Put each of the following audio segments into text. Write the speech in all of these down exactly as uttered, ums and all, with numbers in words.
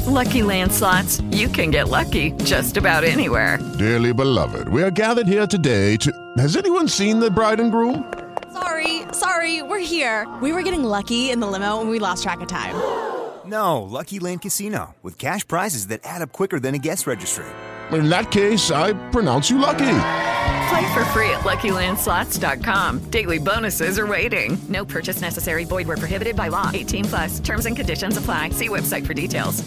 Lucky Land Slots, you can get lucky just about anywhere. Dearly beloved, we are gathered here today to... Has anyone seen the bride and groom? Sorry, sorry, we're here. We were getting lucky in the limo and we lost track of time. No, Lucky Land Casino, with cash prizes that add up quicker than a guest registry. In that case, I pronounce you lucky. Play for free at Lucky Land Slots dot com. Daily bonuses are waiting. No purchase necessary. Void where prohibited by law. eighteen plus. Terms and conditions apply. See website for details.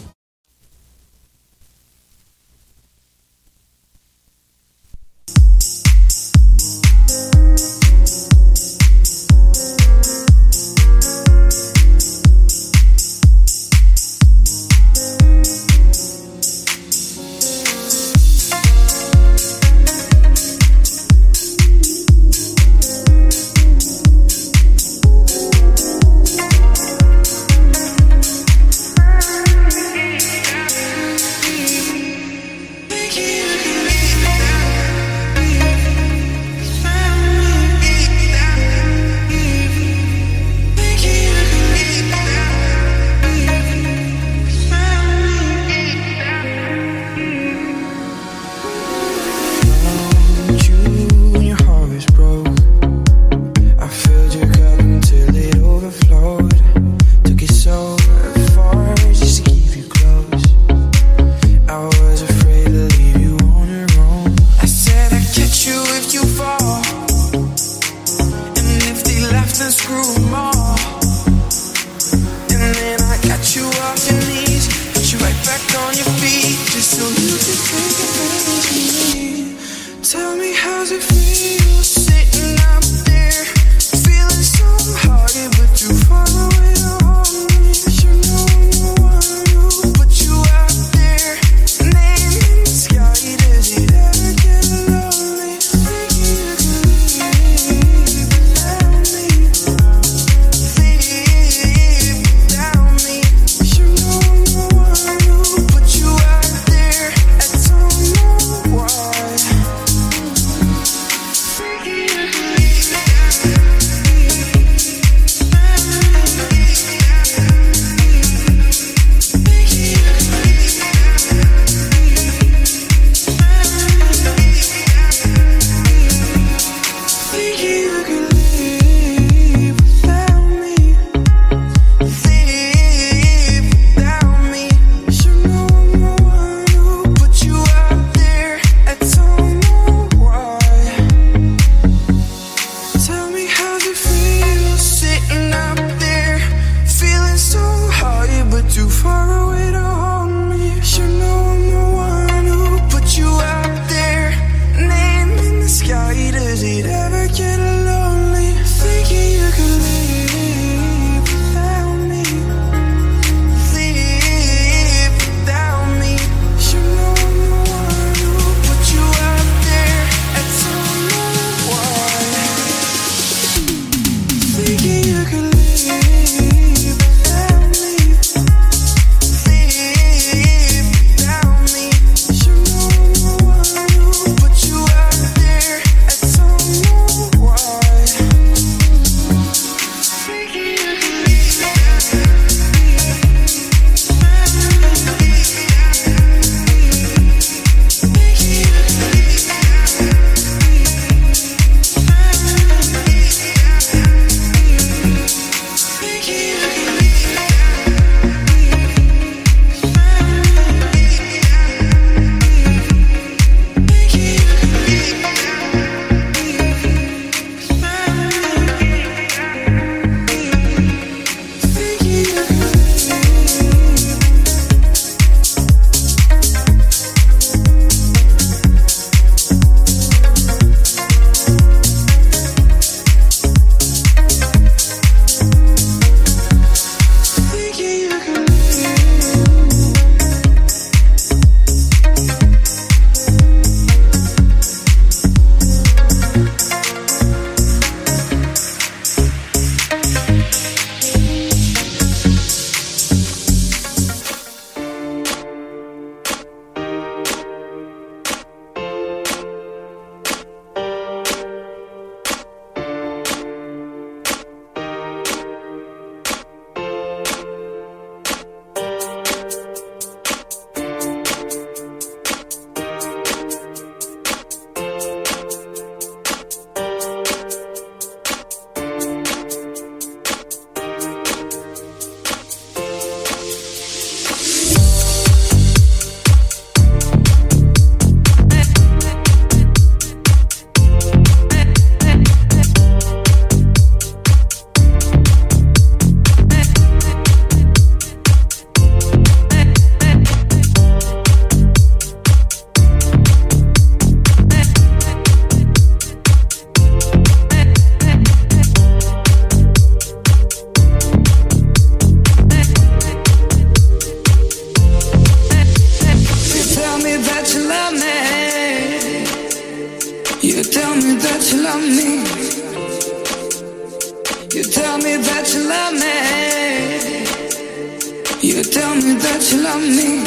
that you love me.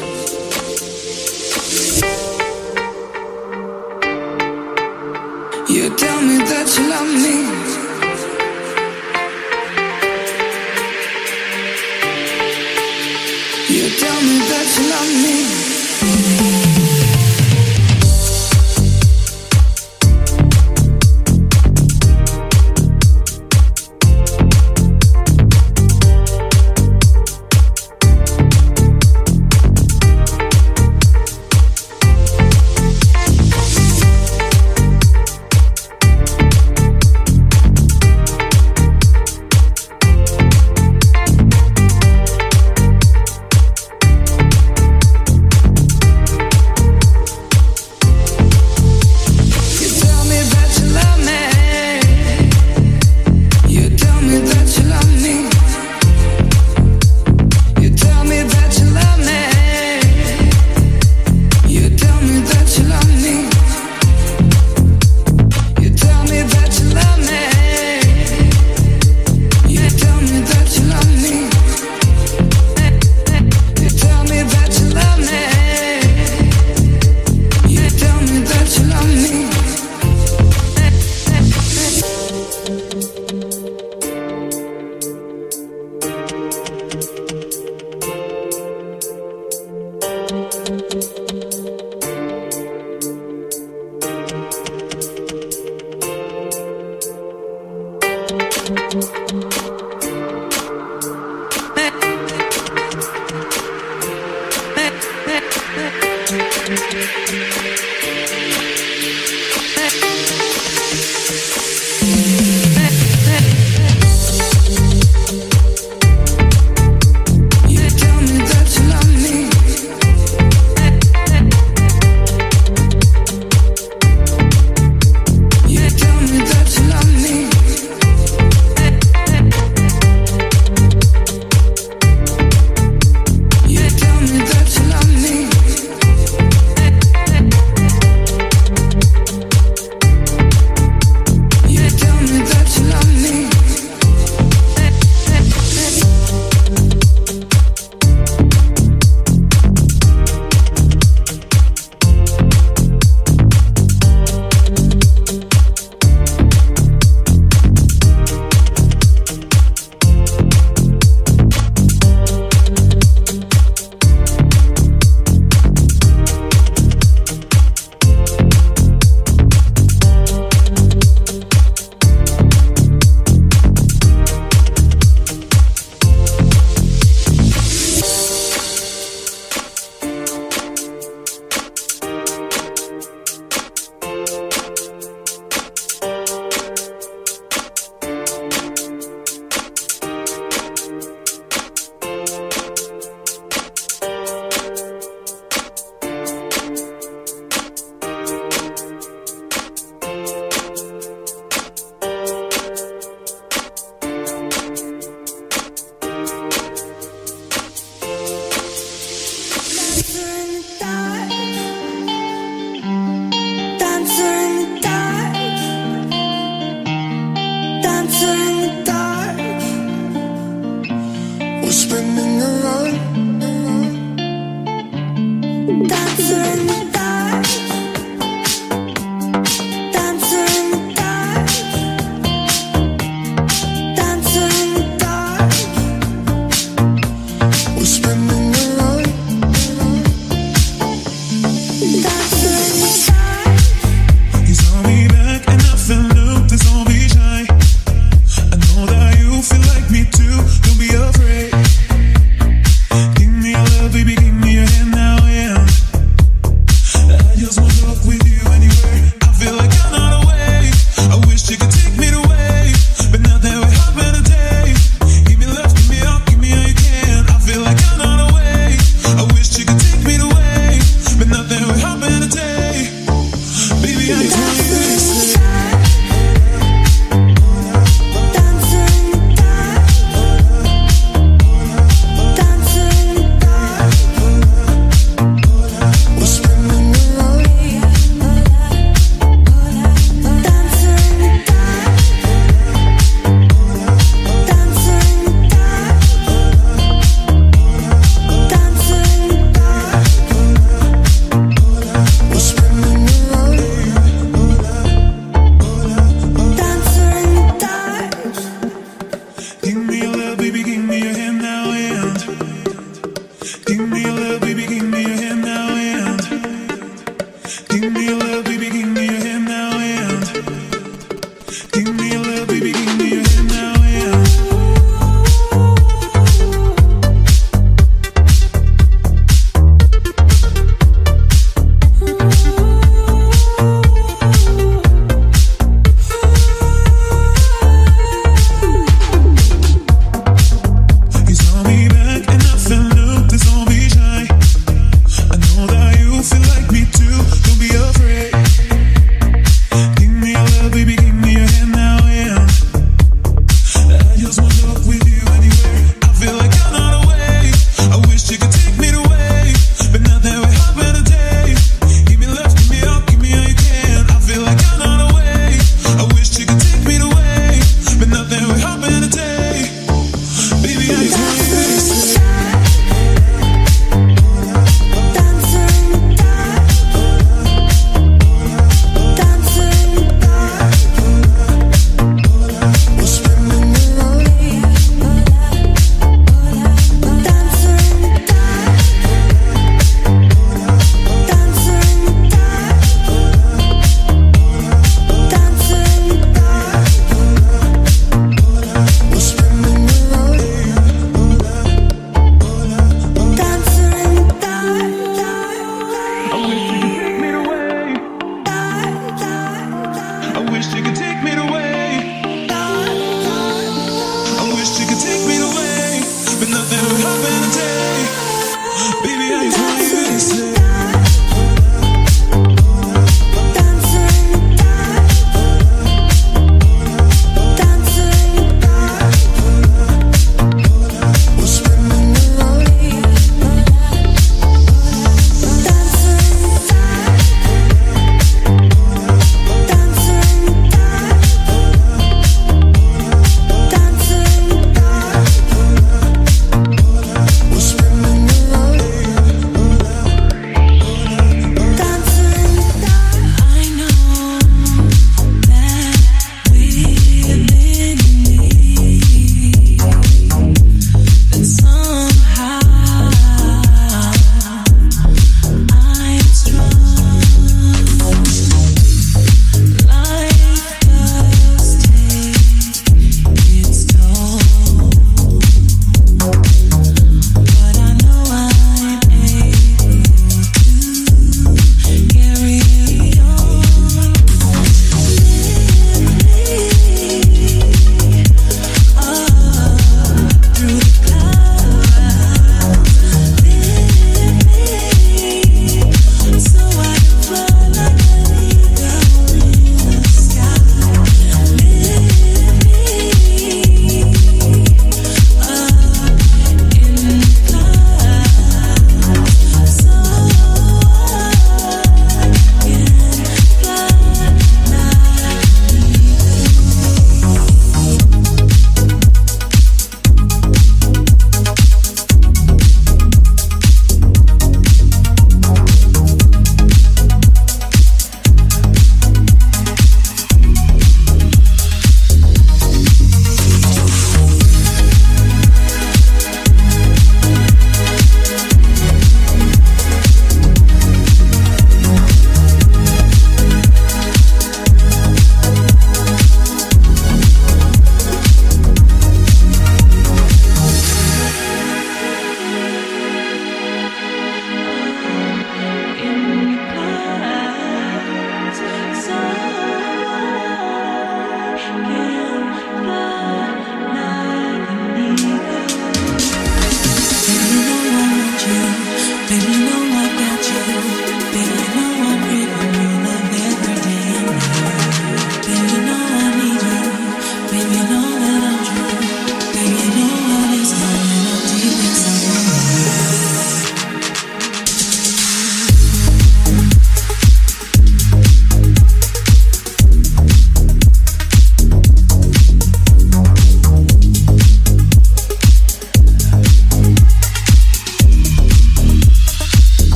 You tell me that you love me. You tell me that you love me.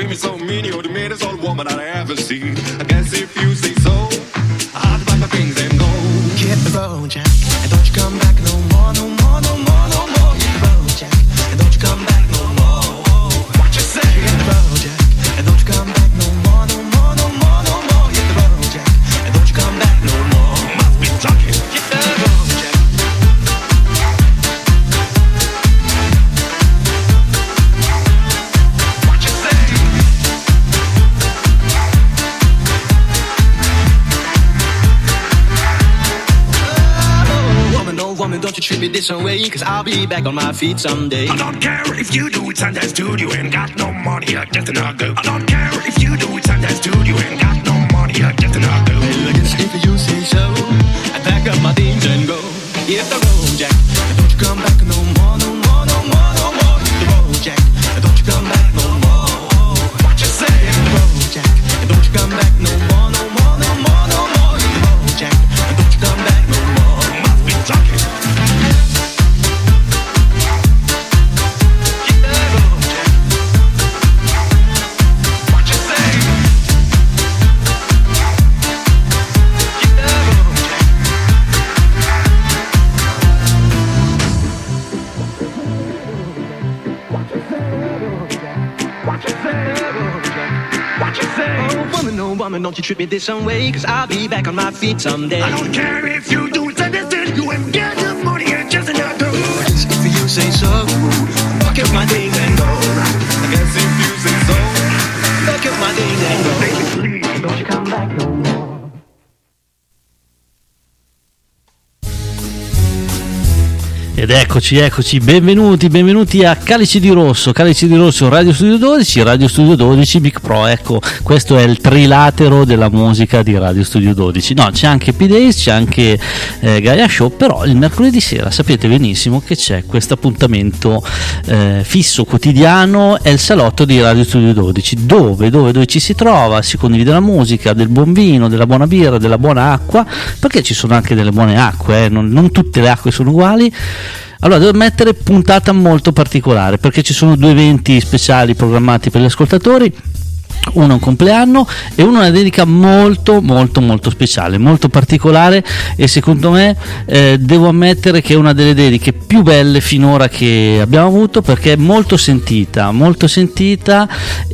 treat me so mean, you're the meanest old woman I ever seen. I guess if you say so, I have to pack my things and go. Hit the road, Jack, and don't you come back no more, no more, no more, no more. Hit the road, Jack, and don't you come back no more. What you say? Hit the road, Jack, and don't you come back no more, no more, no more, no more. Hit the road, Jack, and don't you come back no more. Must be talking. Hit the road, Jack. What you say? Oh, woman, oh woman, don't you treat me this way, cause I'll be back on my feet someday. I don't care if you do it, Sundance Dude, you ain't got no money, you're just another girl. I don't care if you do it, Sundance Dude, you ain't got no money, you're just another girl. Well, I guess if you say so, I pack up my things and go. Hit the road, Jack, and don't you come back no more, no more, no more, no more. Hit the road, Jack, and don't you come back no more. What you say? Hit the road, Jack, and don't you come back no more, no more, no more, no more. Hit the road, Jack, and don't you come back no more. Must be talking. Hit the road, Jack. What you say? Hit the road, Jack. What you say? What you say? Oh, woman, oh, woman, don't you treat me this way, cause I'll be back on my feet someday. I don't care if you do it, Sundance Dude, you ain't got no money, you're just another girl. If you say so, pack up my things and go. I guess if you say so, Pack up my things and go. Baby, please, don't you come back no more. Ed eccoci, eccoci, benvenuti, benvenuti a Calici di Rosso, Calici di Rosso, Radio Studio dodici, Radio Studio dodici, Big Pro, ecco, questo è il trilatero della musica di Radio Studio dodici. No, c'è anche P-Days, c'è anche eh, Gaia Show, però il mercoledì sera sapete benissimo che c'è questo appuntamento eh, fisso, quotidiano, è il salotto di Radio Studio dodici, dove, dove, dove ci si trova, si condivide la musica, del buon vino, della buona birra, della buona acqua, perché ci sono anche delle buone acque, eh, non, non tutte le acque sono uguali. Allora, devo mettere puntata molto particolare perché ci sono due eventi speciali programmati per gli ascoltatori, uno è un compleanno e uno è una dedica molto molto molto speciale, molto particolare, e secondo me eh, devo ammettere che è una delle dediche più belle finora che abbiamo avuto, perché è molto sentita, molto sentita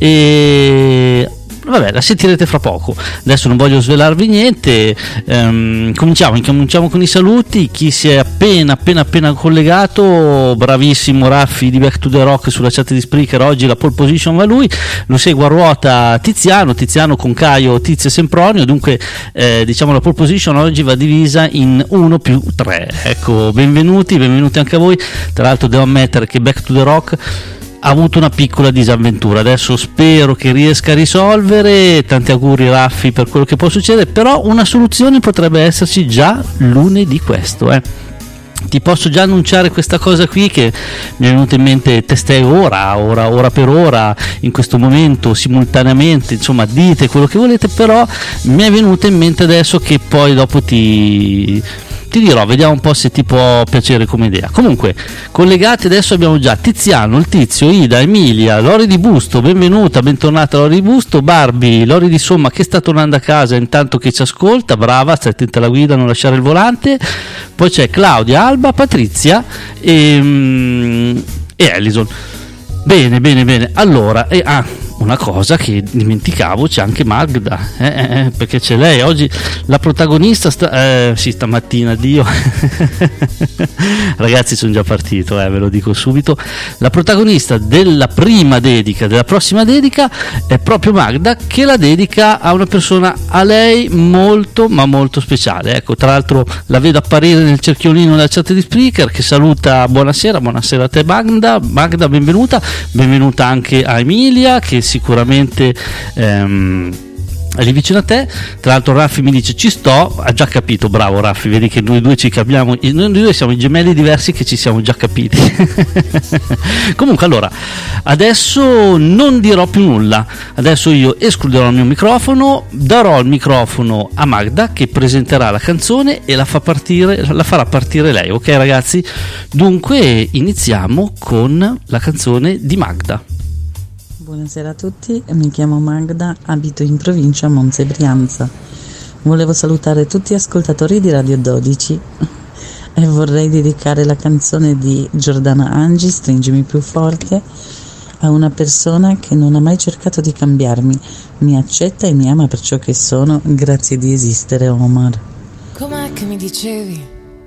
e... vabbè, la sentirete fra poco. Adesso non voglio svelarvi niente, ehm, cominciamo, cominciamo con i saluti. Chi si è appena appena appena collegato, bravissimo Raffi di Back to the Rock sulla chat di Spreaker, oggi la pole position va lui, lo segue a ruota Tiziano, Tiziano con Caio, Tizio e Sempronio, dunque eh, diciamo la pole position oggi va divisa in uno più tre. Ecco, benvenuti, benvenuti anche a voi. Tra l'altro devo ammettere che Back to the Rock ha avuto una piccola disavventura, adesso spero che riesca a risolvere, tanti auguri Raffi per quello che può succedere, però una soluzione potrebbe esserci già lunedì questo, eh. Ti posso già annunciare questa cosa qui che mi è venuta in mente testè ora, ora, ora per ora, in questo momento, simultaneamente, insomma dite quello che volete, però mi è venuta in mente adesso che poi dopo ti... ti dirò, vediamo un po' se ti può piacere come idea. Comunque, collegati adesso abbiamo già Tiziano, il Tizio, Ida, Emilia, Lori di Busto, benvenuta, bentornata Lori di Busto, Barbie, Lori di Somma che sta tornando a casa intanto che ci ascolta, brava, stai attenta alla guida, non lasciare il volante. Poi c'è Claudia, Alba, Patrizia e, e Ellison. Bene, bene, bene. Allora, e, ah, una cosa che dimenticavo, c'è anche Magda, eh, eh, perché c'è lei oggi, la protagonista sta, eh, sì, stamattina, Dio ragazzi sono già partito, eh, ve lo dico subito, la protagonista della prima dedica, della prossima dedica è proprio Magda, che la dedica a una persona a lei molto ma molto speciale. Ecco, tra l'altro la vedo apparire nel cerchiolino della chat di Spreaker, che saluta, buonasera, buonasera a te Magda, Magda benvenuta, benvenuta anche a Emilia che sicuramente ehm, è lì vicino a te. Tra l'altro Raffi mi dice ci sto, ha già capito, bravo Raffi, vedi che noi due ci capiamo, noi due siamo i gemelli diversi che ci siamo già capiti. Comunque, allora adesso non dirò più nulla, adesso io escluderò il mio microfono, darò il microfono a Magda che presenterà la canzone e la fa partire, la farà partire lei, ok ragazzi? Dunque iniziamo con la canzone di Magda. Buonasera a tutti, mi chiamo Magda, abito in provincia Monza e Brianza. Volevo salutare tutti gli ascoltatori di Radio dodici e vorrei dedicare la canzone di Giordana Angi, Stringimi più forte, a una persona che non ha mai cercato di cambiarmi, mi accetta e mi ama per ciò che sono, grazie di esistere, Omar. Com'è che mi dicevi?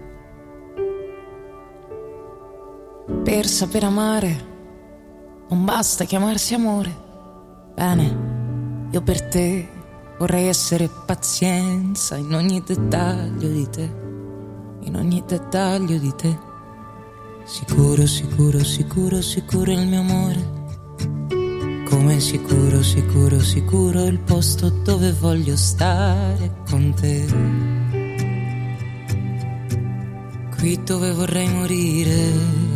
Per saper amare non basta chiamarsi amore. Bene, io per te vorrei essere pazienza in ogni dettaglio di te, in ogni dettaglio di te. Sicuro, sicuro, sicuro, sicuro il mio amore. Come sicuro, sicuro, sicuro il posto dove voglio stare con te. Qui dove vorrei morire.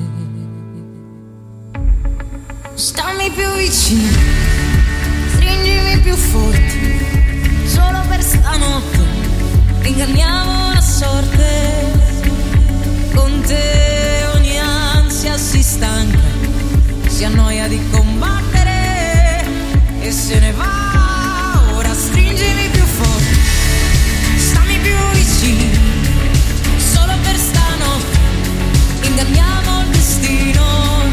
Stammi più vicino, stringimi più forte, solo per stanotte, inganniamo la sorte. Con te ogni ansia si stanca, si annoia di combattere e se ne va. Ora stringimi più forte, stammi più vicino, solo per stanotte, inganniamo il destino.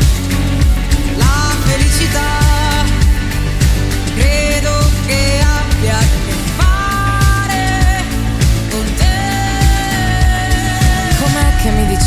Credo che abbia a che fare con te. Com'è che mi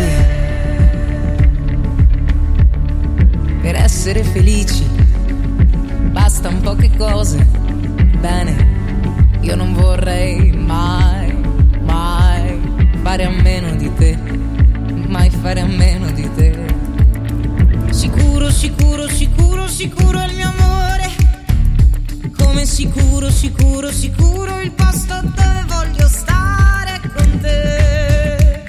dicevi? Per essere felici basta un po' che cose. Bene, io non vorrei mai, mai fare a meno di te, mai fare a meno di te. Sicuro, sicuro, sicuro, sicuro il mio amore. Come sicuro, sicuro, sicuro il posto dove voglio stare con te.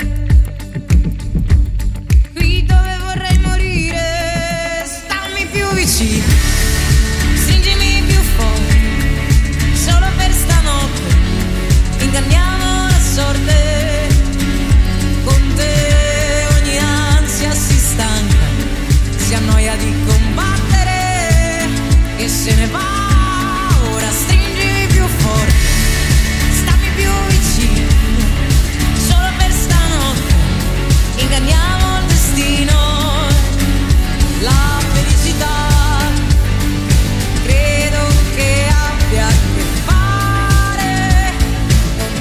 Qui dove vorrei morire. Stammi più vicino, stringimi più forte, solo per stanotte, inganniamo la sorte. Con te ogni ansia si stanca, si annoia di combattere e se ne va. Ora stringimi più forte, stammi più vicino, solo per stanotte, inganniamo il destino. La felicità credo che abbia a che fare con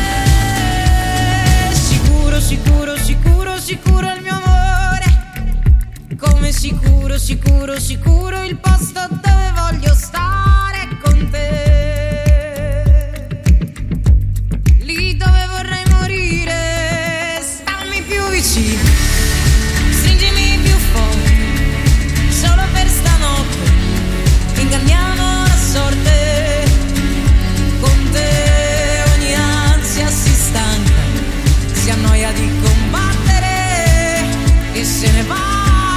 te. Sicuro, sicuro, sicuro, sicuro il mio amore. Come sicuro, sicuro, sicuro il posto dove voglio stare con te. Lì dove vorrei morire. Stammi più vicino, stringimi più forte, solo per stanotte, inganniamo la sorte. Con te ogni ansia si stanca, si annoia di combattere e se ne va.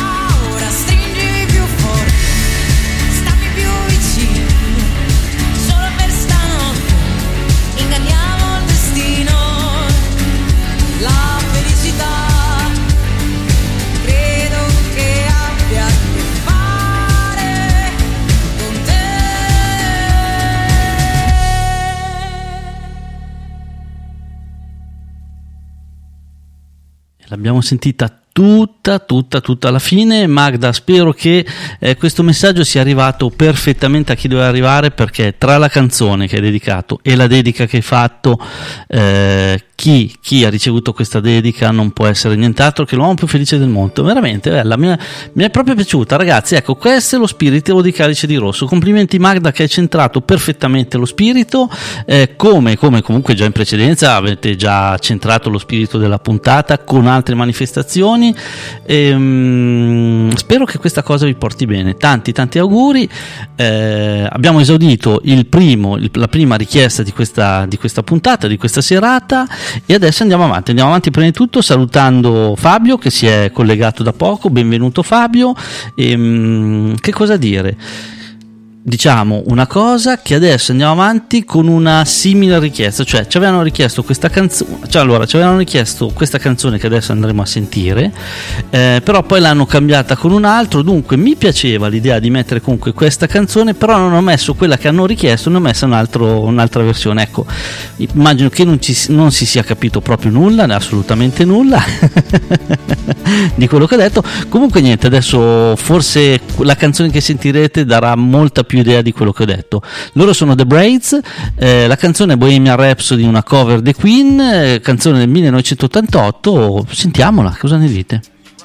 L'abbiamo sentita tutta, tutta, tutta alla fine. Magda, spero che eh, questo messaggio sia arrivato perfettamente a chi doveva arrivare, perché tra la canzone che hai dedicato e la dedica che hai fatto, eh, chi, chi ha ricevuto questa dedica non può essere nient'altro che l'uomo più felice del mondo. Veramente bella, mi è, mi è proprio piaciuta, ragazzi. Ecco, questo è lo spirito di Calice di Rosso. Complimenti Magda, che hai centrato perfettamente lo spirito, eh, come, come comunque già in precedenza avete già centrato lo spirito della puntata con altre manifestazioni. E, um, spero che questa cosa vi porti bene. Tanti tanti auguri. Eh, abbiamo esaudito il primo, il, la prima richiesta di questa, di questa puntata, di questa serata, e adesso andiamo avanti. Andiamo avanti prima di tutto salutando Fabio, che si è collegato da poco. Benvenuto Fabio. E, um, che cosa dire? diciamo una cosa che adesso andiamo avanti con una simile richiesta, cioè ci avevano richiesto questa canzone, cioè allora ci avevano richiesto questa canzone che adesso andremo a sentire, eh, però poi l'hanno cambiata con un altro, dunque mi piaceva l'idea di mettere comunque questa canzone, però non ho messo quella che hanno richiesto, ne ho messa un altro, un'altra versione. Ecco, immagino che non, ci, non si sia capito proprio nulla, assolutamente nulla di quello che ho detto. Comunque niente, adesso forse la canzone che sentirete darà molta più idea di quello che ho detto. Loro sono The Braids, eh, la canzone è Bohemian Rhapsody, una cover The Queen, eh, canzone del millenovecentottantotto. Sentiamola, cosa ne dite?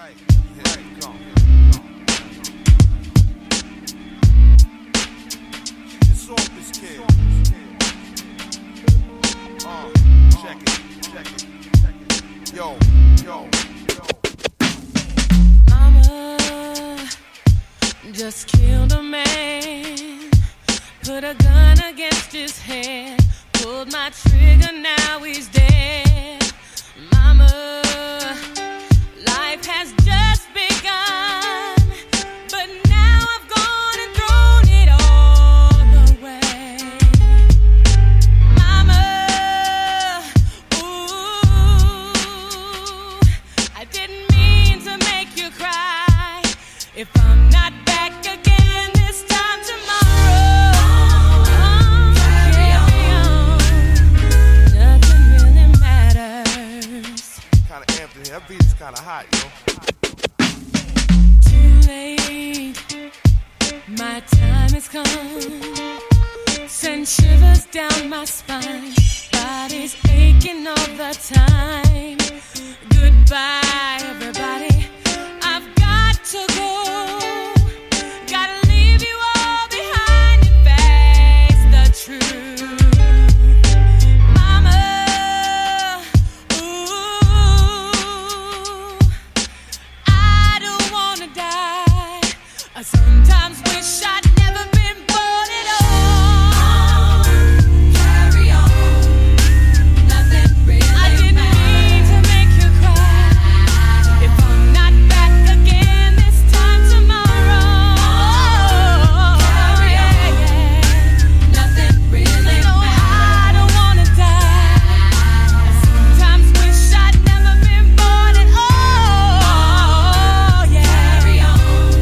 Just killed a man, put a gun against his head, pulled my trigger, now he's dead. Mama, life has just begun, but now I've gone and thrown it all away. Mama, ooh, I didn't mean to make you cry. If I'm not back again this time tomorrow, carry on, nothing really matters. Kinda amped in here, that beat is kinda hot, yo. Too late, my time has come, send shivers down my spine, body's aching all the time. Goodbye everybody, I've got to go. I sometimes wish I'd never been born at all. Carry on, nothing really I didn't mean to make you cry. If I'm not back again this time tomorrow, carry on, nothing really no, I don't wanna die. I sometimes wish I'd never been born at all. Yeah. Carry on.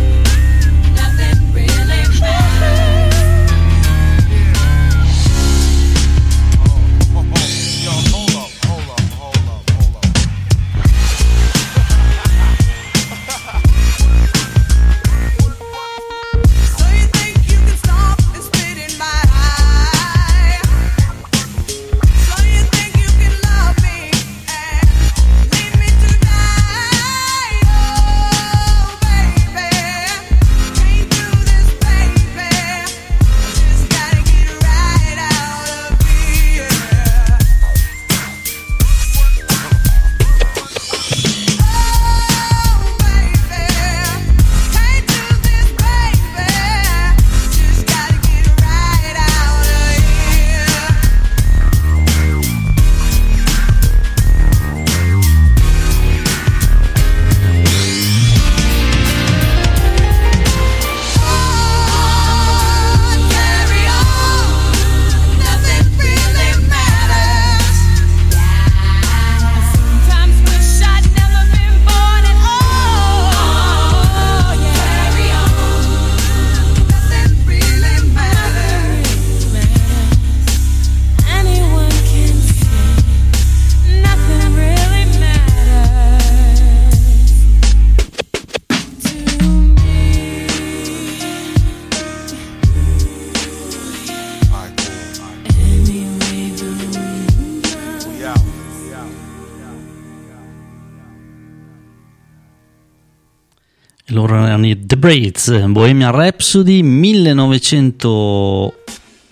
Loro erano i The Braids, Bohemian Rhapsody, millenovecento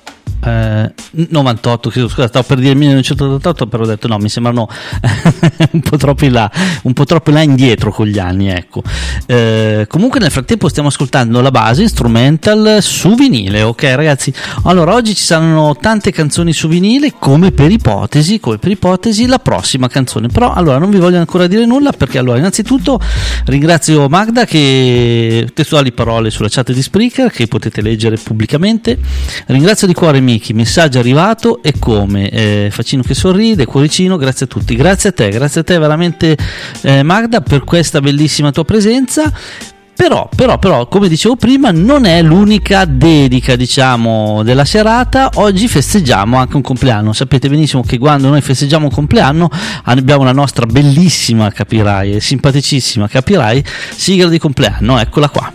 eh, novantotto, scusa, stavo per dire millenovecentottantotto, però ho detto no, mi sembrano un po' troppo in là, un po' troppo in là indietro con gli anni, ecco. Eh, comunque nel frattempo stiamo ascoltando la base instrumental su vinile, ok ragazzi? Allora oggi ci saranno tante canzoni su vinile, come per ipotesi, come per ipotesi la prossima canzone, però allora non vi voglio ancora dire nulla, perché allora innanzitutto ringrazio Magda, che testuali parole sulla chat di Spreaker che potete leggere pubblicamente. Ringrazio di cuore Miki, messaggio arrivato e come, eh, Facino che sorride, cuoricino, grazie a tutti, grazie a te, grazie a te veramente eh, Magda per questa bellissima tua presenza. Però, però, però, come dicevo prima, non è l'unica dedica, diciamo, della serata. Oggi festeggiamo anche un compleanno. Sapete benissimo che quando noi festeggiamo un compleanno abbiamo la nostra bellissima, capirai, simpaticissima, capirai, sigla di compleanno. Eccola qua.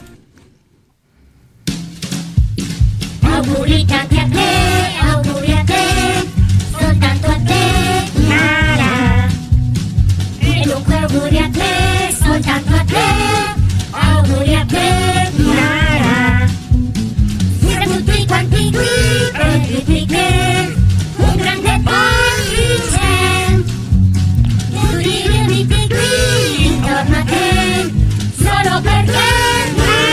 Auguri tanti a te, auguri a te, soltanto a te, Nara. E dunque auguri a te, soltanto a te. Auguri a te, Nara. Siamo tutti quanti qui per dirti che un grande party c'è. Tutti riuniti qui intorno a te, solo per te,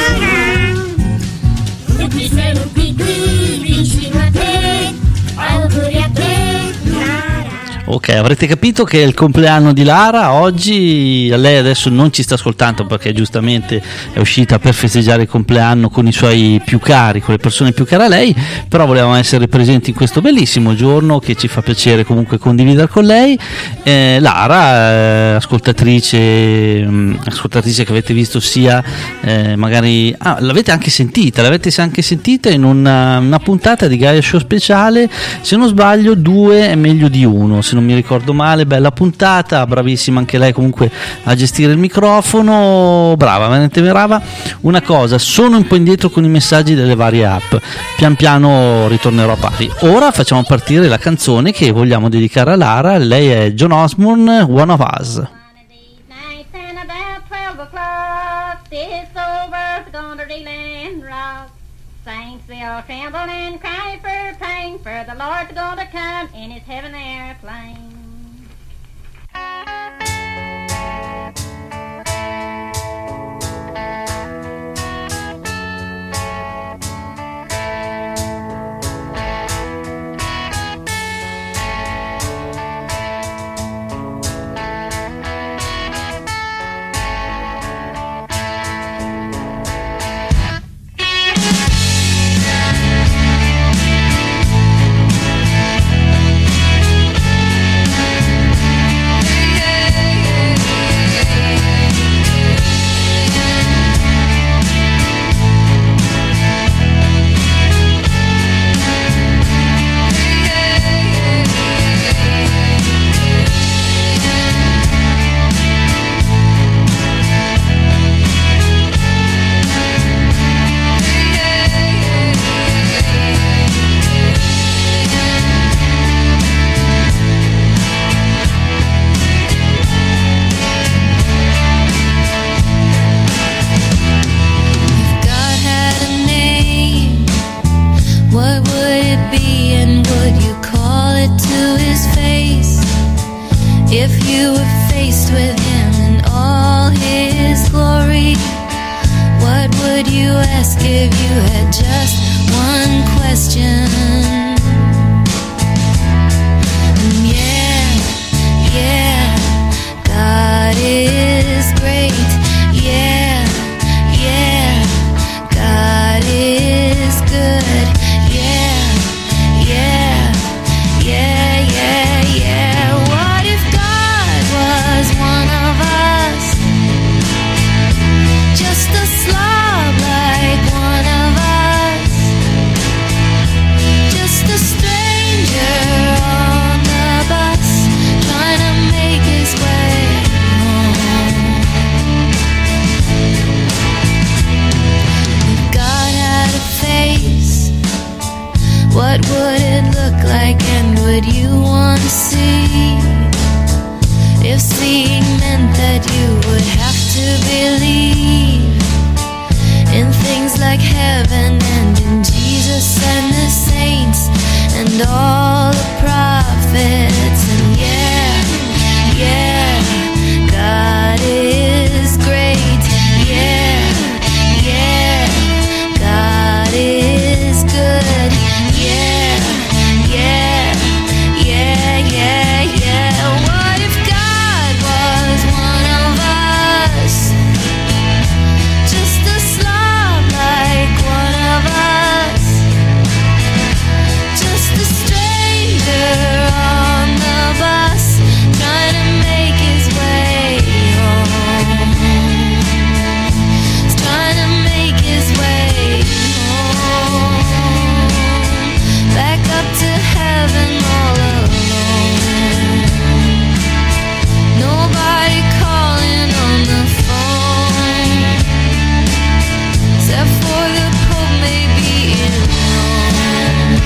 Nara. Tutti seduti qui vicino a te. Auguri a te, Nara. Ok, avrete capito che è il compleanno di Lara oggi. Lei adesso non ci sta ascoltando perché giustamente è uscita per festeggiare il compleanno con i suoi più cari, con le persone più care a lei, però volevamo essere presenti in questo bellissimo giorno che ci fa piacere comunque condividere con lei. eh, Lara, eh, ascoltatrice mh, ascoltatrice che avete visto sia eh, magari ah, l'avete anche sentita l'avete anche sentita in una, una puntata di Gaia Show speciale, se non sbaglio due è meglio di uno, se non mi ricordo male. Bella puntata, bravissima anche lei comunque a gestire il microfono, brava, veramente brava. Una cosa, sono un po' indietro con i messaggi delle varie app, pian piano ritornerò a pari. Ora facciamo partire la canzone che vogliamo dedicare a Lara. Lei è John Osborne, One of Us. Saints they all tremble and cry for pain, for the Lord's gonna come in his heaven airplane. and all the prophets, and yeah, yeah, God is great, yeah, yeah, God is good, yeah, yeah, yeah, yeah, yeah. What if God was one of us, just a slob like one of us, just a stranger on the bus, trying to make his way home, he's trying to make his way home, back up to heaven all alone, nobody calling on the phone, except for the Pope maybe in Rome.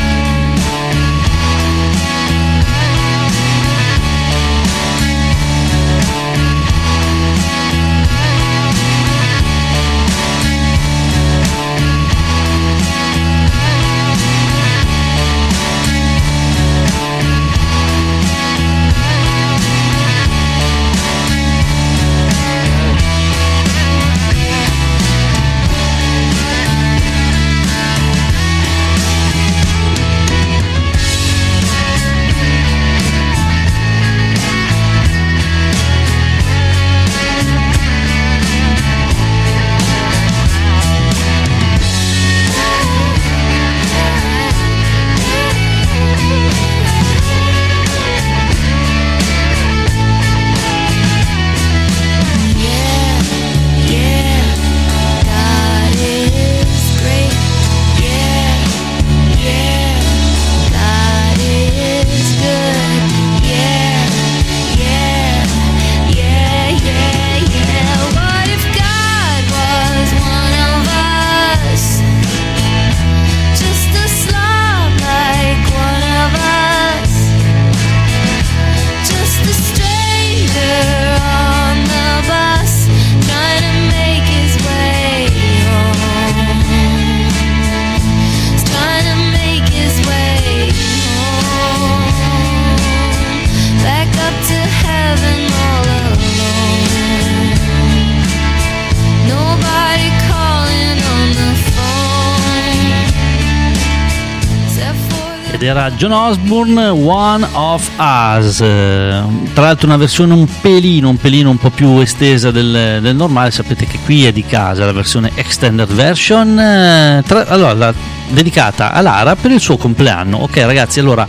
ed era John Osborne, One of Us, eh, tra l'altro una versione un pelino un pelino un po' più estesa del, del normale. Sapete che qui è di casa la versione extended version, eh, tra, allora la, dedicata a Lara per il suo compleanno. Ok ragazzi, allora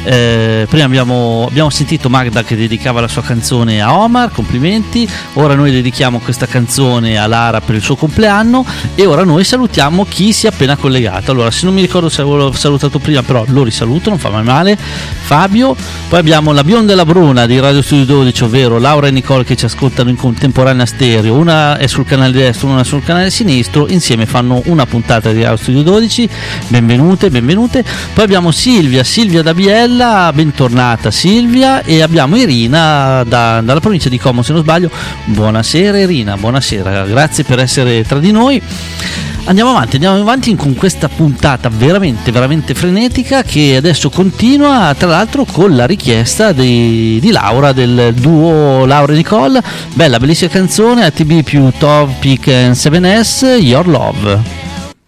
eh, prima abbiamo, abbiamo sentito Magda che dedicava la sua canzone a Omar, complimenti. Ora noi dedichiamo questa canzone a Lara per il suo compleanno e ora noi salutiamo chi si è appena collegato. Allora, se non mi ricordo se avevo salutato prima, però lo risaluto, non fa mai male, Fabio. Poi abbiamo la bionda e la bruna di Radio Studio dodici, ovvero Laura e Nicole, che ci ascoltano in contemporanea stereo, una è sul canale destro, una sul canale sinistro, insieme fanno una puntata di Radio Studio dodici. Benvenute, benvenute. Poi abbiamo Silvia, Silvia da Biella, bentornata Silvia, e abbiamo Irina da, dalla provincia di Como, se non sbaglio. Buonasera Irina, buonasera, grazie per essere tra di noi. Andiamo avanti, andiamo avanti con questa puntata veramente, veramente frenetica, che adesso continua, tra l'altro con la richiesta di, di Laura, del duo Laura e Nicole. Bella, bellissima canzone, A T B più Topic and seven S, Your Love.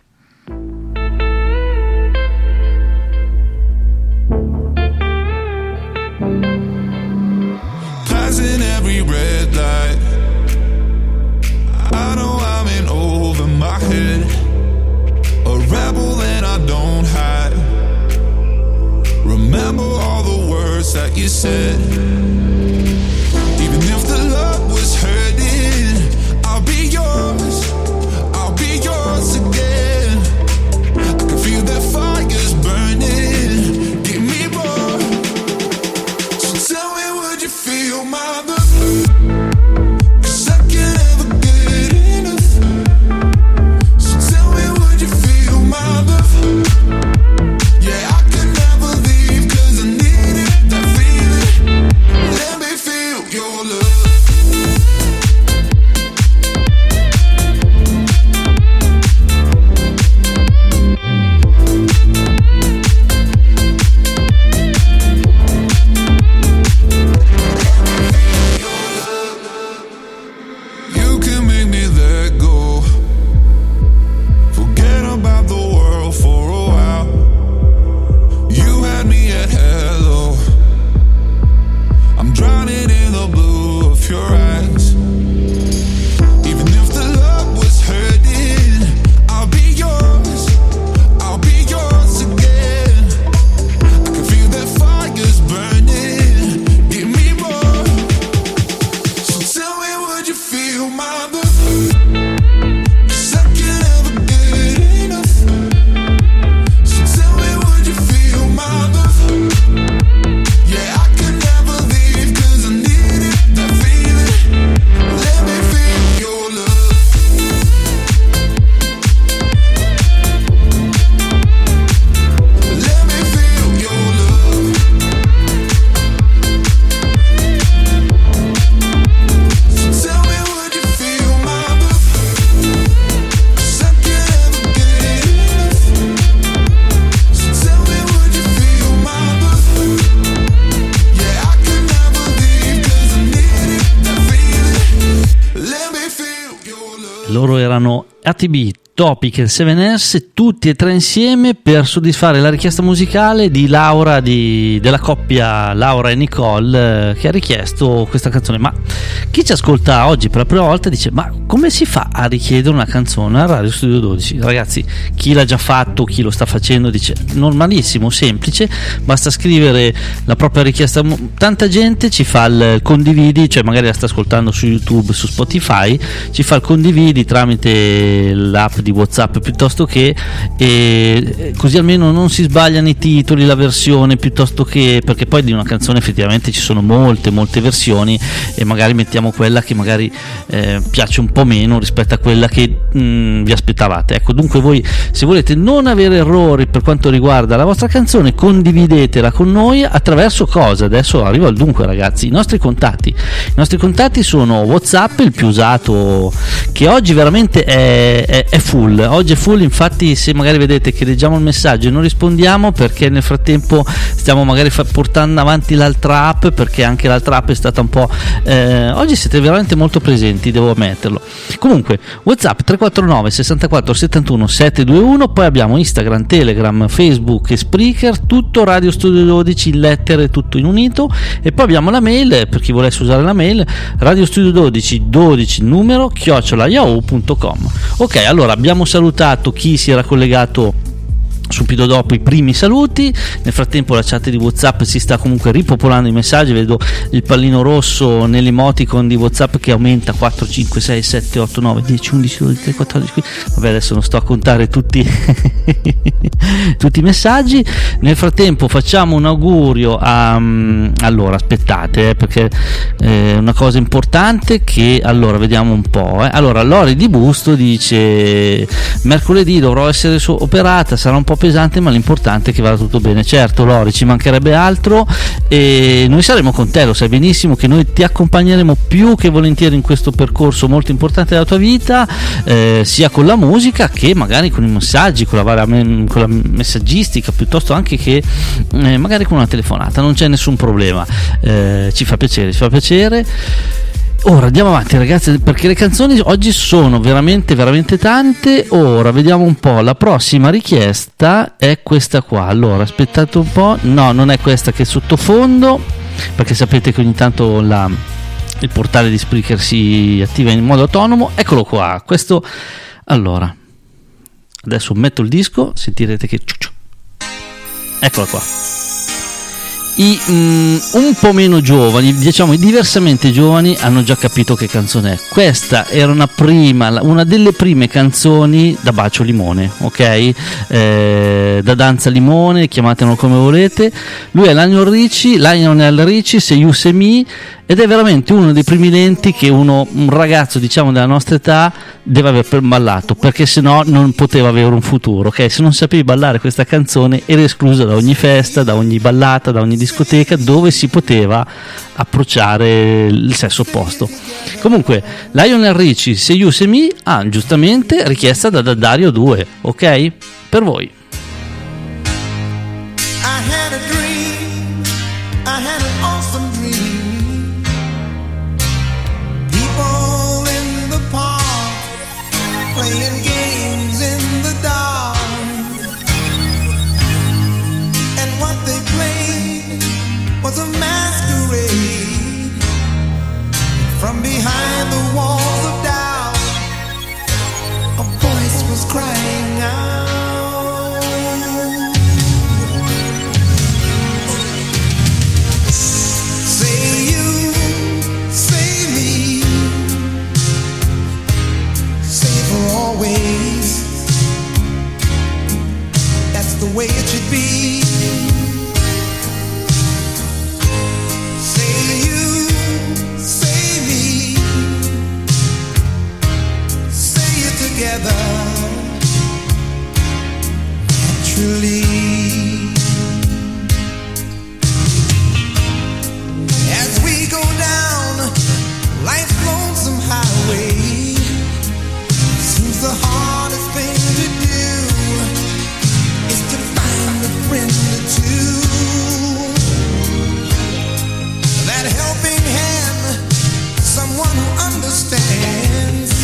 Remember all the words that you said. Even if the love was hurting, I'll be yours, I'll be yours again. Loro erano A T B, Topic e seven S, tutti e tre insieme per soddisfare la richiesta musicale di Laura, di, della coppia Laura e Nicole, eh, che ha richiesto questa canzone. Ma chi ci ascolta oggi per la prima volta dice: ma come si fa a richiedere una canzone a Radio Studio dodici? Ragazzi, chi l'ha già fatto, chi lo sta facendo, dice normalissimo, semplice, basta scrivere la propria richiesta. Tanta gente ci fa il condividi, cioè magari la sta ascoltando su YouTube, su Spotify, ci fa il condividi tramite l'app di WhatsApp piuttosto che, e così almeno non si sbagliano i titoli, la versione, piuttosto che, perché poi di una canzone effettivamente ci sono molte molte versioni e magari mettiamo quella che magari eh, piace un po' meno rispetto a quella che mh, vi aspettavate. Ecco, dunque voi, se volete non avere errori per quanto riguarda la vostra canzone, condividetela con noi attraverso cosa? Adesso arrivo al dunque, ragazzi. I nostri contatti i nostri contatti sono WhatsApp, il più usato, che oggi veramente è, è, è full. Oggi è full, infatti se magari vedete che leggiamo il messaggio e non rispondiamo perché nel frattempo stiamo magari fa- portando avanti l'altra app, perché anche l'altra app è stata un po' eh, oggi siete veramente molto presenti, devo ammetterlo. Comunque WhatsApp tre quattro nove sessantaquattro settantuno settecentoventuno, poi abbiamo Instagram, Telegram, Facebook e Spreaker, tutto Radio Studio dodici in lettere, tutto in unito, e poi abbiamo la mail per chi volesse usare la mail, Radio Studio dodici dodici numero chiocciola yahoo punto com. Ok, allora abbiamo salutato chi si era collegato subito dopo i primi saluti. Nel frattempo la chat di WhatsApp si sta comunque ripopolando i messaggi, vedo il pallino rosso nell'emoticon di WhatsApp che aumenta quattro, cinque, sei, sette, otto, nove, dieci, undici, dodici, tredici, quattordici. Vabbè, adesso non sto a contare tutti tutti i messaggi. Nel frattempo facciamo un augurio a allora aspettate eh, perché è una cosa importante che allora vediamo un po' eh. Allora Lori di Busto dice: mercoledì dovrò essere so- operata, sarà un po' pesante, ma l'importante è che vada tutto bene. Certo Lori, ci mancherebbe altro, e noi saremo con te, lo sai benissimo che noi ti accompagneremo più che volentieri in questo percorso molto importante della tua vita, eh, sia con la musica che magari con i messaggi, con la, varia, con la messaggistica, piuttosto anche che eh, magari con una telefonata, non c'è nessun problema, eh, ci fa piacere, ci fa piacere. Ora andiamo avanti, ragazzi, perché le canzoni oggi sono veramente veramente tante. Ora vediamo un po', la prossima richiesta è questa qua. Allora aspettate un po', no, non è questa che è sottofondo, perché sapete che ogni tanto la, il portale di Spreaker si attiva in modo autonomo. Eccolo qua, questo. Allora adesso metto il disco, sentirete che eccola qua. I mm, un po' meno giovani, diciamo i diversamente giovani, hanno già capito che canzone è. Questa era una prima, una delle prime canzoni da bacio limone, ok? Eh, da danza limone, chiamatelo come volete. Lui è Lionel Richie, Lionel Richie, Say You Say Me, ed è veramente uno dei primi lenti che uno, un ragazzo diciamo della nostra età deve aver ballato, perché sennò non poteva avere un futuro, ok? Se non sapevi ballare questa canzone era esclusa da ogni festa, da ogni ballata, da ogni discoteca dove si poteva approcciare il sesso opposto. Comunque Lionel Richie, Say You Say Me, ah, giustamente richiesta da Dario due, ok? Per voi. I had a dream, I had an awesome dream. People in the park, playing games in the dark. And what they played was a masquerade. From behind the walls of doubt, a voice was crying out. Always, that's the way it should be. Say you, say me, say it together, naturally. As we go down life's lonesome highway, the hardest thing to do is to find a friend or two. That helping hand, someone who understands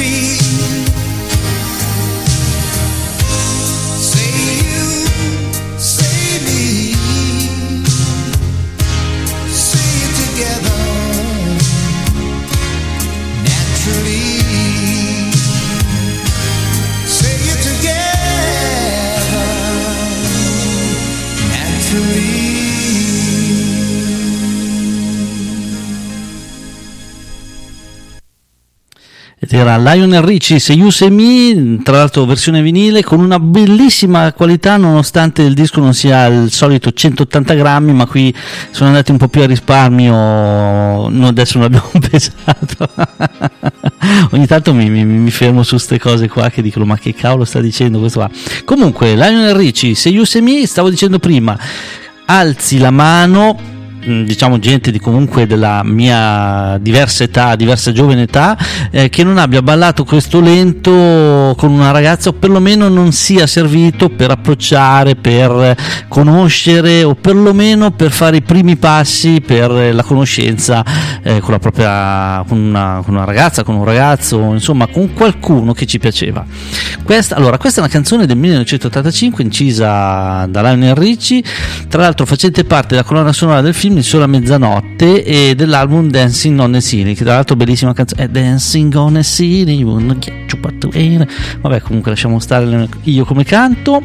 free. Say you, say me, say it together naturally. Say it together naturally. Ed era Lionel Richie, Say You Say Me, tra l'altro versione vinile con una bellissima qualità, nonostante il disco non sia il solito centottanta grammi, ma qui sono andati un po' più a risparmio, no, adesso non abbiamo pesato. Ogni tanto mi, mi, mi fermo su queste cose qua che dicono ma che cavolo sta dicendo questo qua. Comunque Lionel Richie, Say You Say Me, stavo dicendo prima, alzi la mano, diciamo gente di comunque della mia diversa età, diversa giovane età, eh, che non abbia ballato questo lento con una ragazza, o perlomeno non sia servito per approcciare, per conoscere, o perlomeno per fare i primi passi per la conoscenza eh, con la propria con una, con una ragazza, con un ragazzo, insomma con qualcuno che ci piaceva. Questa, allora, questa è una canzone del millenovecentottantacinque incisa da Lionel Richie, tra l'altro facente parte della colonna sonora del film Il Sole a Mezzanotte e dell'album Dancing on a Ceiling, che tra l'altro bellissima canzone, è Dancing on a Ceiling, vabbè, comunque lasciamo stare io come canto.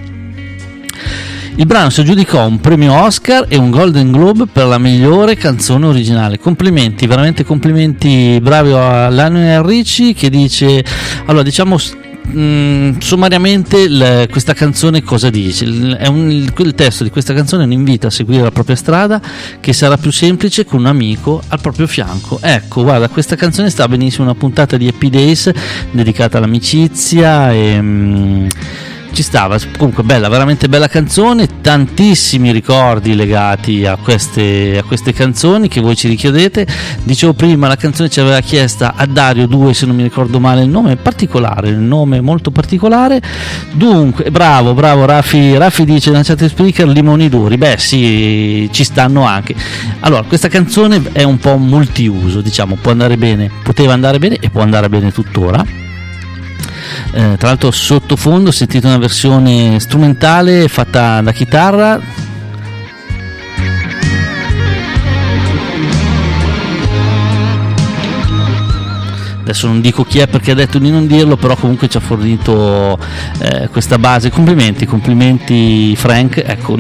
Il brano si aggiudicò un premio Oscar e un Golden Globe per la migliore canzone originale. Complimenti, veramente complimenti, bravi a Lionel Richie, che dice, allora diciamo Mm, sommariamente il, questa canzone cosa dice? Il, è un, il, il testo di questa canzone è un invito a seguire la propria strada, che sarà più semplice con un amico al proprio fianco. Ecco, guarda, questa canzone sta benissimo, una puntata di Happy Days dedicata all'amicizia e mm, ci stava. Comunque bella, veramente bella canzone, tantissimi ricordi legati a queste, a queste canzoni che voi ci richiedete. Dicevo prima, la canzone ci aveva chiesta a Dario due, se non mi ricordo male il nome, è particolare, il nome è molto particolare. Dunque, bravo, bravo Raffi, Raffi dice lanciate speaker limoni duri, beh sì, ci stanno anche. Allora, questa canzone è un po' multiuso, diciamo, può andare bene, poteva andare bene e può andare bene tuttora. Eh, tra l'altro sottofondo ho sentito una versione strumentale fatta da chitarra. Adesso non dico chi è perché ha detto di non dirlo, però comunque ci ha fornito eh, questa base. Complimenti, complimenti Frank, ecco.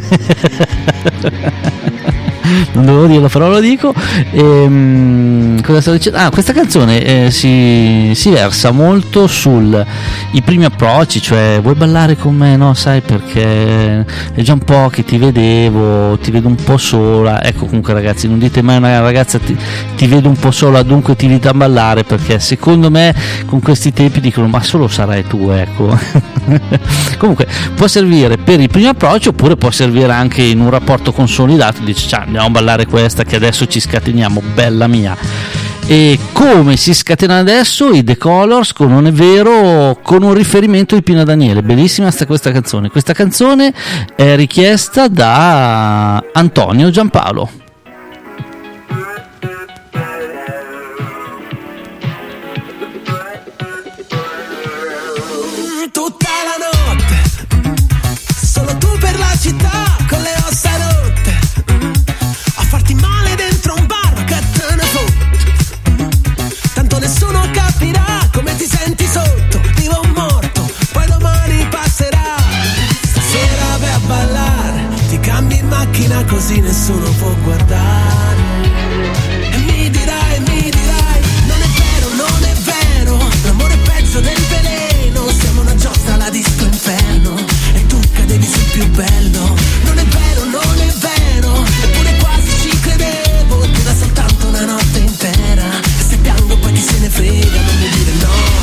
Non dovevo dirlo, però lo dico. Ehm, cosa stavo dicendo? Ah, questa canzone eh, si, si versa molto sul i primi approcci, cioè vuoi ballare con me? No, sai, perché è già un po' che ti vedevo, ti vedo un po' sola. Ecco, comunque ragazzi, non dite mai a una ragazza ti, ti vedo un po' sola, dunque ti invito a ballare, perché secondo me con questi tempi dicono ma solo sarai tu, ecco. Comunque può servire per il primo approccio, oppure può servire anche in un rapporto consolidato, dici ciao, andiamo a ballare questa che adesso ci scateniamo, bella mia. E come si scatena adesso i The Colors con Non è vero, con un riferimento di Pino Daniele. Bellissima sta questa canzone. Questa canzone è richiesta da Antonio Giampaolo. Tutta la notte, solo tu per la città, con le ossa rotte, a farti male dentro un bar, che te ne fotte. Tanto nessuno capirà come ti senti sotto, vivo o morto, poi domani passerà. Stasera vai a ballare, ti cambi in macchina così nessuno può guardare. E mi dirai, mi dirai, non è vero, non è vero, l'amore è peggio del veleno, siamo una giostra alla disco inferno e tu cadevi sul più bello. Non è vero, non è vero, eppure quasi ci credevo, dura soltanto una notte intera, e se piango poi chi se ne frega, non mi dire no.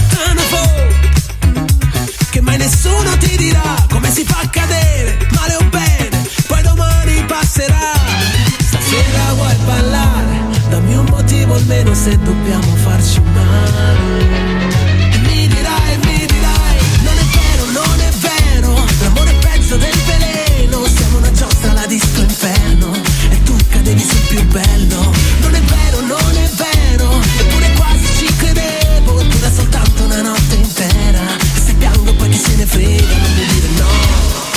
Che mai nessuno ti dirà come si fa a cadere, male o bene. se dobbiamo farci male. E mi dirai, mi dirai, non è vero, non è vero, l'amore è peggio del veleno, siamo una giostra alla disco inferno e tu cadevi sul più bello. Non è vero, non è vero, eppure quasi ci credevo, dura soltanto una notte intera, e se piango poi chi se ne frega, non mi dire no.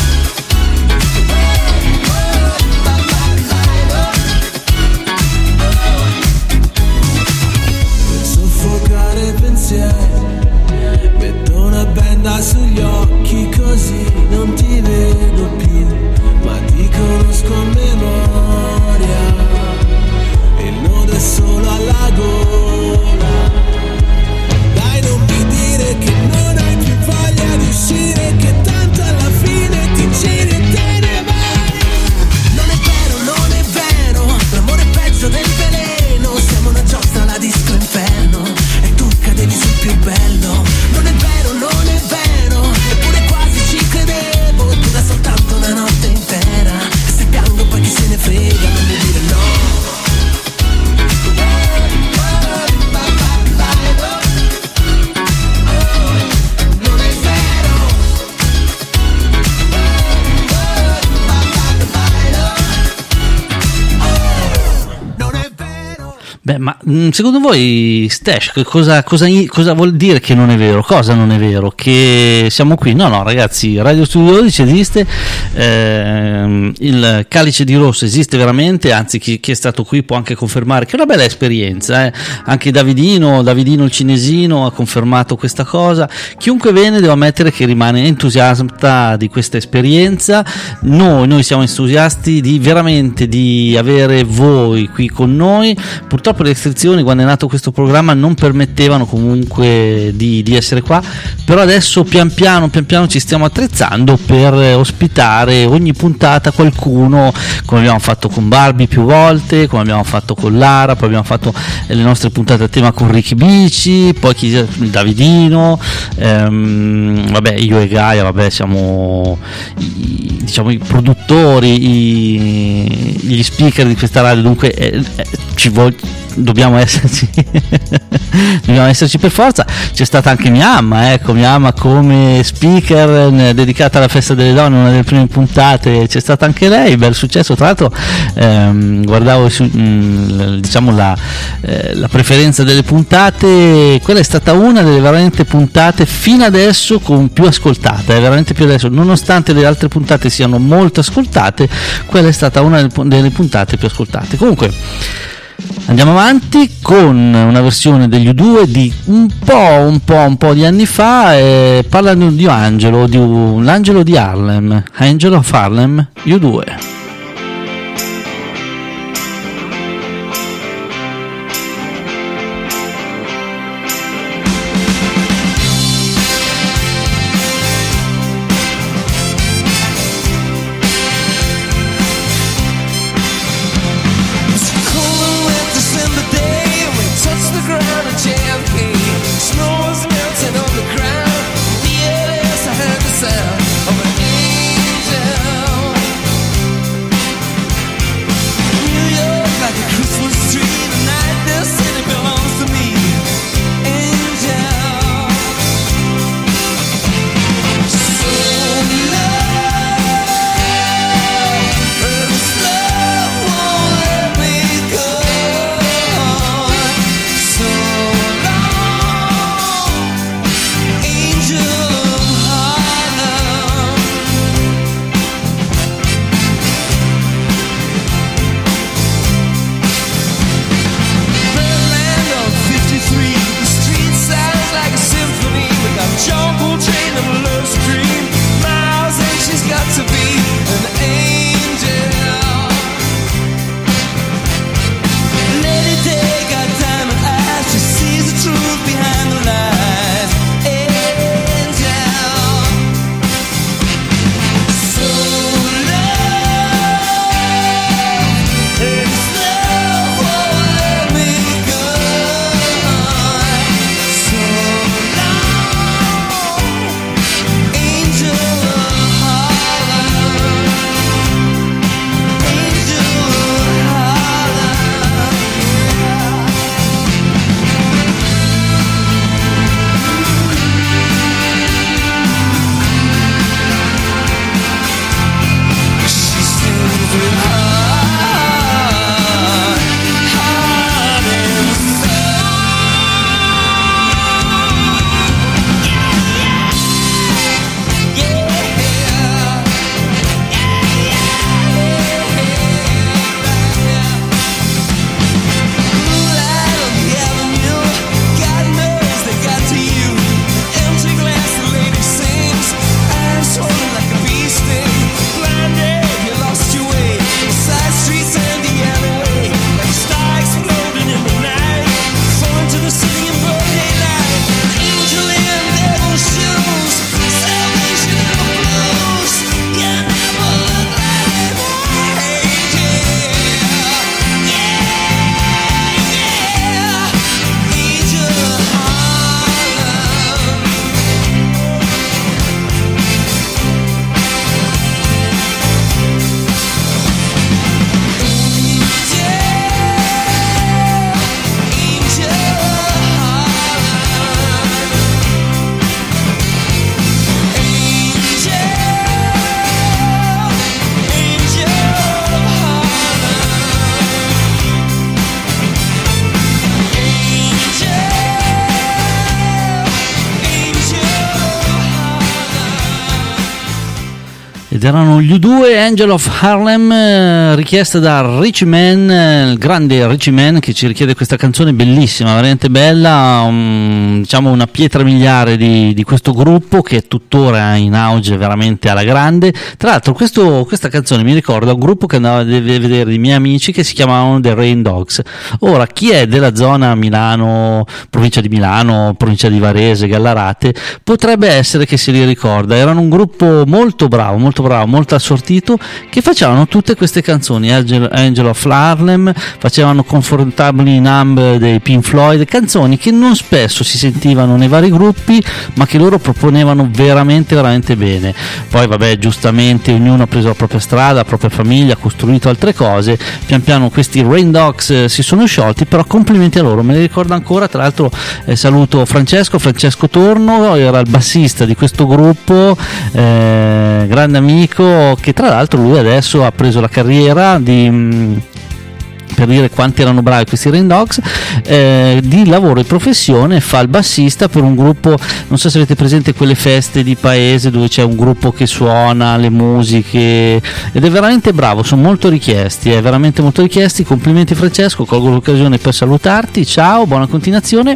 Metto una benda sugli occhi così non ti vedo più, ma ti conosco a memoria, il nodo è solo alla gola. Dai, non mi dire che non hai più voglia di uscire, che tanto alla fine ti giri e te ne vai. Non è vero, non è vero, l'amore è peggio del veleno, siamo una giostra alla disco inferno e tu cadevi sul più bello. Non è vero, non è vero, eppure quasi ci credevo, dura soltanto una notte intera, e se piango poi chi se ne frega, non mi dire no. Non è vero. Non è vero. Beh, ma mh, secondo voi, Stash, che cosa, cosa, cosa vuol dire che non è vero? Cosa non è vero? Che siamo qui? No, no, ragazzi, Radio Studio dodici esiste, ehm, il Calice di Rosso esiste veramente, anzi chi, chi è stato qui può anche confermare che è una bella esperienza, eh? Anche Davidino, Davidino il cinesino ha confermato questa cosa. Chiunque viene devo ammettere che rimane entusiasta di questa esperienza. Noi, noi siamo entusiasti di veramente di avere voi qui con noi. Purtroppo le restrizioni quando è nato questo programma non permettevano comunque di, di essere qua, però adesso pian piano pian piano ci stiamo attrezzando per ospitare ogni puntata qualcuno, come abbiamo fatto con Barbie più volte, come abbiamo fatto con Lara, poi abbiamo fatto le nostre puntate a tema con Ricky Bici, poi chi, il Davidino, ehm, vabbè io e Gaia, vabbè siamo i, diciamo i produttori, i, gli speaker di questa radio, dunque eh, eh, ci voglio dobbiamo esserci dobbiamo esserci per forza. C'è stata anche mia mamma, ecco, mia mamma come speaker eh, dedicata alla festa delle donne, una delle prime puntate, c'è stata anche lei, bel successo. Tra l'altro ehm, guardavo su, mh, diciamo la, eh, la preferenza delle puntate, quella è stata una delle veramente puntate fino adesso con più ascoltate, eh, veramente più adesso, nonostante le altre puntate siano molto ascoltate, quella è stata una delle, delle puntate più ascoltate. Comunque andiamo avanti con una versione degli U due di un po' un po' un po' di anni fa, eh, parlando di Angelo, di un, l'Angelo di Harlem, Angel of Harlem, U due. Sound of an angel Ed erano gli U due, Angel of Harlem, eh, richiesta da Richie Man, eh, il grande Richie Man, che ci richiede questa canzone bellissima, veramente bella, um, diciamo una pietra miliare di, di questo gruppo che è tuttora in auge veramente alla grande. Tra l'altro questo, questa canzone mi ricorda un gruppo che andava a vedere dei miei amici che si chiamavano The Rain Dogs. Ora, chi è della zona Milano, provincia di Milano, provincia di Varese, Gallarate, potrebbe essere che se li ricorda. Erano un gruppo molto bravo, molto bravo, molto assortito, che facevano tutte queste canzoni, Angel, Angel of Harlem, facevano Comfortably Numb dei Pink Floyd, canzoni che non spesso si sentivano nei vari gruppi, ma che loro proponevano veramente veramente bene. Poi vabbè, giustamente ognuno ha preso la propria strada, la propria famiglia, ha costruito altre cose, pian piano questi Rain Dogs eh, si sono sciolti, però complimenti a loro, me li ricordo ancora. Tra l'altro eh, saluto Francesco Francesco Torno, era il bassista di questo gruppo, eh, grande amico, che tra l'altro lui adesso ha preso la carriera di mh, per dire quanti erano bravi questi Rain Dogs, eh, di lavoro e professione fa il bassista per un gruppo, non so se avete presente quelle feste di paese dove c'è un gruppo che suona le musiche, ed è veramente bravo, sono molto richiesti, è veramente molto richiesti. Complimenti Francesco, colgo l'occasione per salutarti, ciao, buona continuazione.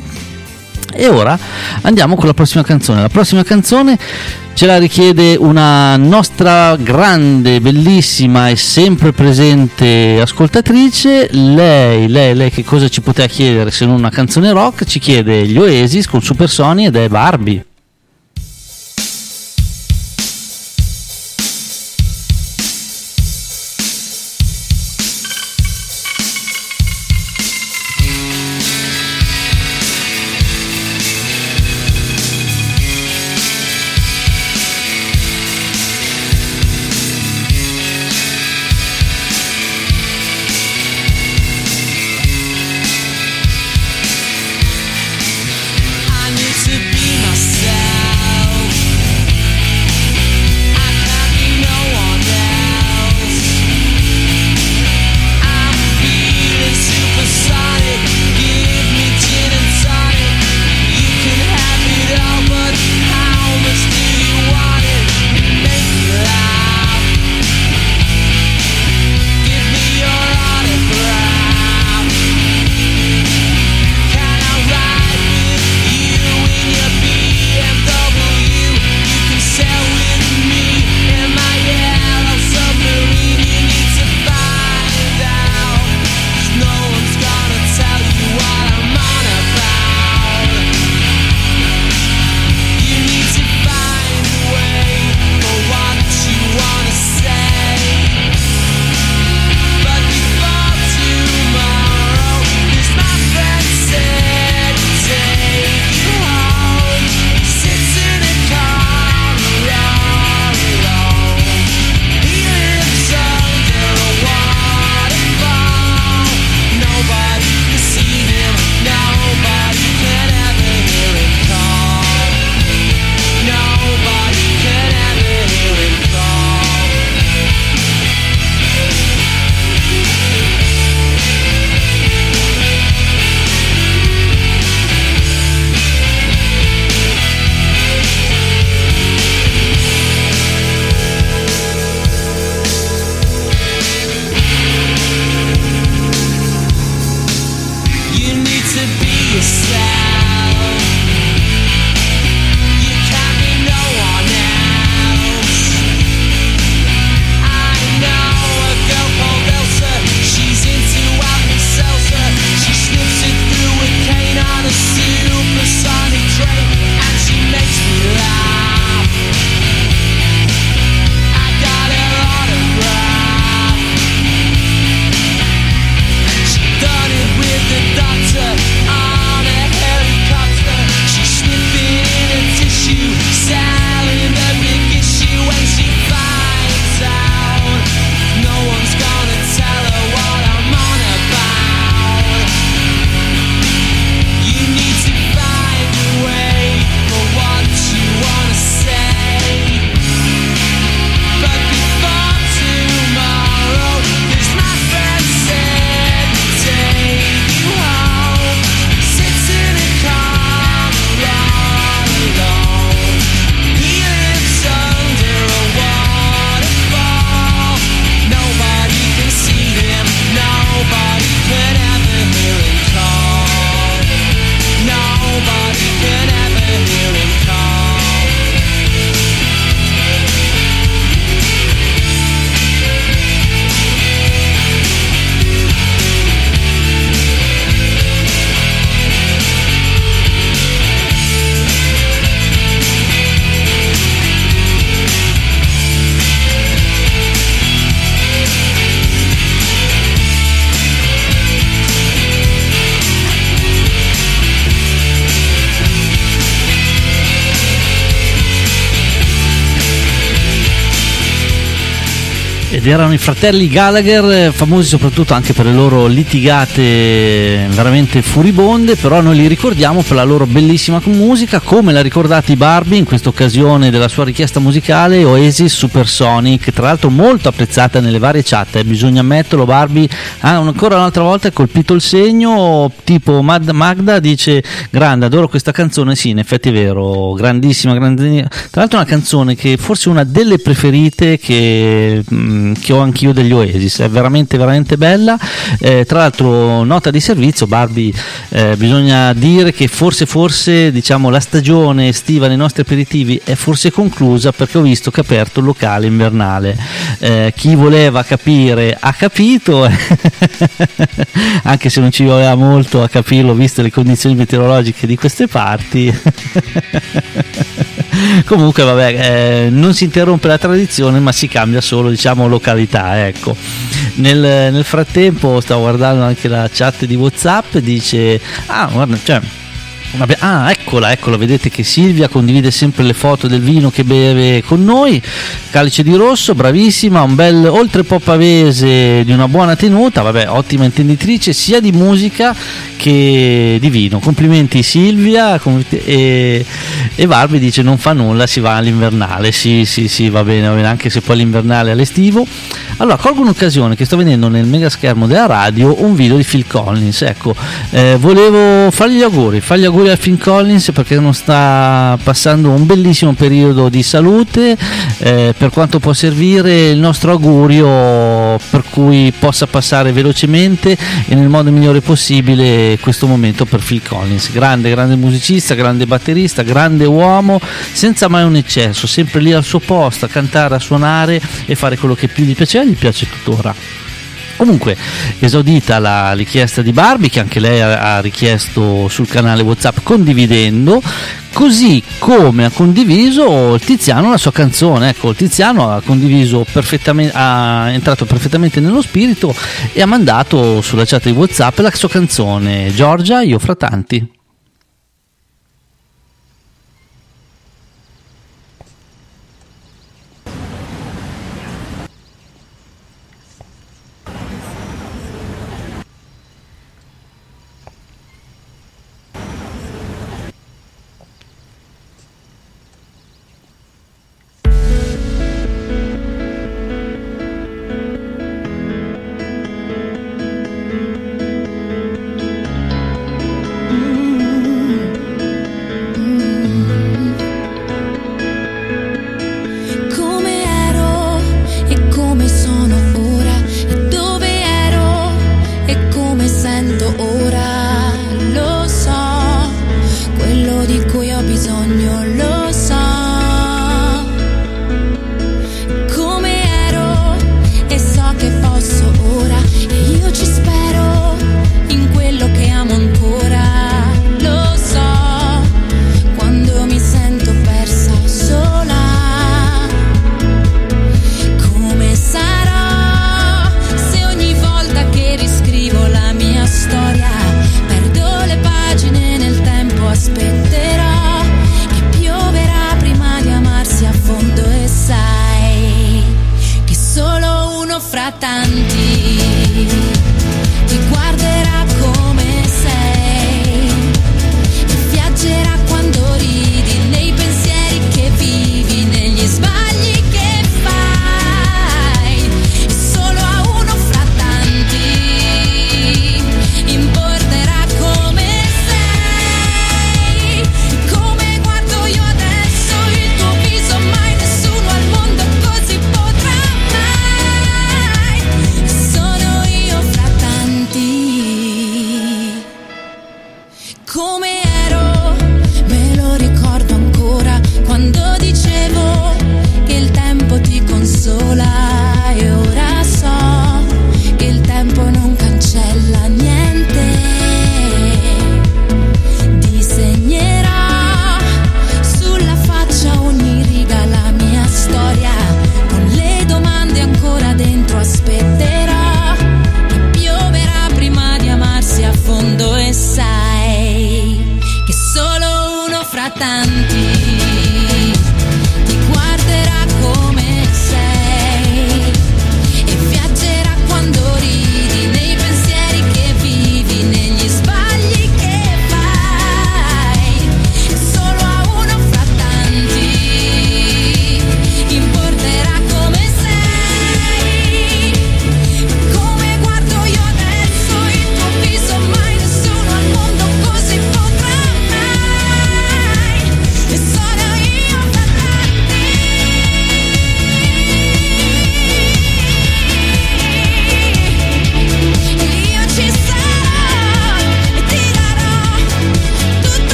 E ora andiamo con la prossima canzone. La prossima canzone ce la richiede una nostra grande, bellissima e sempre presente ascoltatrice. Lei, lei, lei che cosa ci poteva chiedere se non una canzone rock? Ci chiede gli Oasis con Supersonic ed è Barbie. I need to be myself. Ed erano i fratelli Gallagher, famosi soprattutto anche per le loro litigate veramente furibonde, però noi li ricordiamo per la loro bellissima musica, come l'ha ricordati Barbie in questa occasione della sua richiesta musicale, Oasis Supersonic, tra l'altro molto apprezzata nelle varie chat, eh, bisogna ammetterlo. Barbie ah, ancora un'altra volta ha colpito il segno, tipo Magda, Magda dice grande, adoro questa canzone, sì in effetti è vero, grandissima, grandissima. Tra l'altro è una canzone che forse è una delle preferite che che ho anch'io degli Oasis, è veramente veramente bella. Eh, tra l'altro nota di servizio, Barbie, eh, bisogna dire che forse forse diciamo la stagione estiva nei nostri aperitivi è forse conclusa, perché ho visto che è aperto il locale invernale. Eh, chi voleva capire ha capito anche se non ci voleva molto a capirlo viste le condizioni meteorologiche di queste parti. Comunque vabbè, eh, non si interrompe la tradizione, ma si cambia solo diciamo località, ecco. Nel, nel frattempo stavo guardando anche la chat di WhatsApp, dice ah guarda, cioè vabbè, ah eccola eccola, vedete che Silvia condivide sempre le foto del vino che beve con noi, calice di rosso, bravissima, un bel oltre pavese di una buona tenuta, vabbè, ottima intenditrice sia di musica che di vino, complimenti Silvia. E, e Barbie dice non fa nulla, si va all'invernale, sì sì sì va bene, va bene, anche se poi l'invernale è all'estivo. Allora colgo un'occasione che sto vedendo nel mega schermo della radio un video di Phil Collins, ecco, eh, volevo fargli gli auguri fargli auguri a Phil Collins perché non sta passando un bellissimo periodo di salute, eh, per quanto può servire il nostro augurio per cui possa passare velocemente e nel modo migliore possibile questo momento per Phil Collins, grande grande musicista, grande batterista, grande uomo, senza mai un eccesso, sempre lì al suo posto a cantare, a suonare e fare quello che più gli piaceva, gli piace tuttora. Comunque, esaudita la richiesta di Barbie, che anche lei ha richiesto sul canale WhatsApp condividendo, così come ha condiviso Tiziano la sua canzone. Ecco, Tiziano ha condiviso perfettamente, ha entrato perfettamente nello spirito e ha mandato sulla chat di WhatsApp la sua canzone Giorgia, io fra tanti.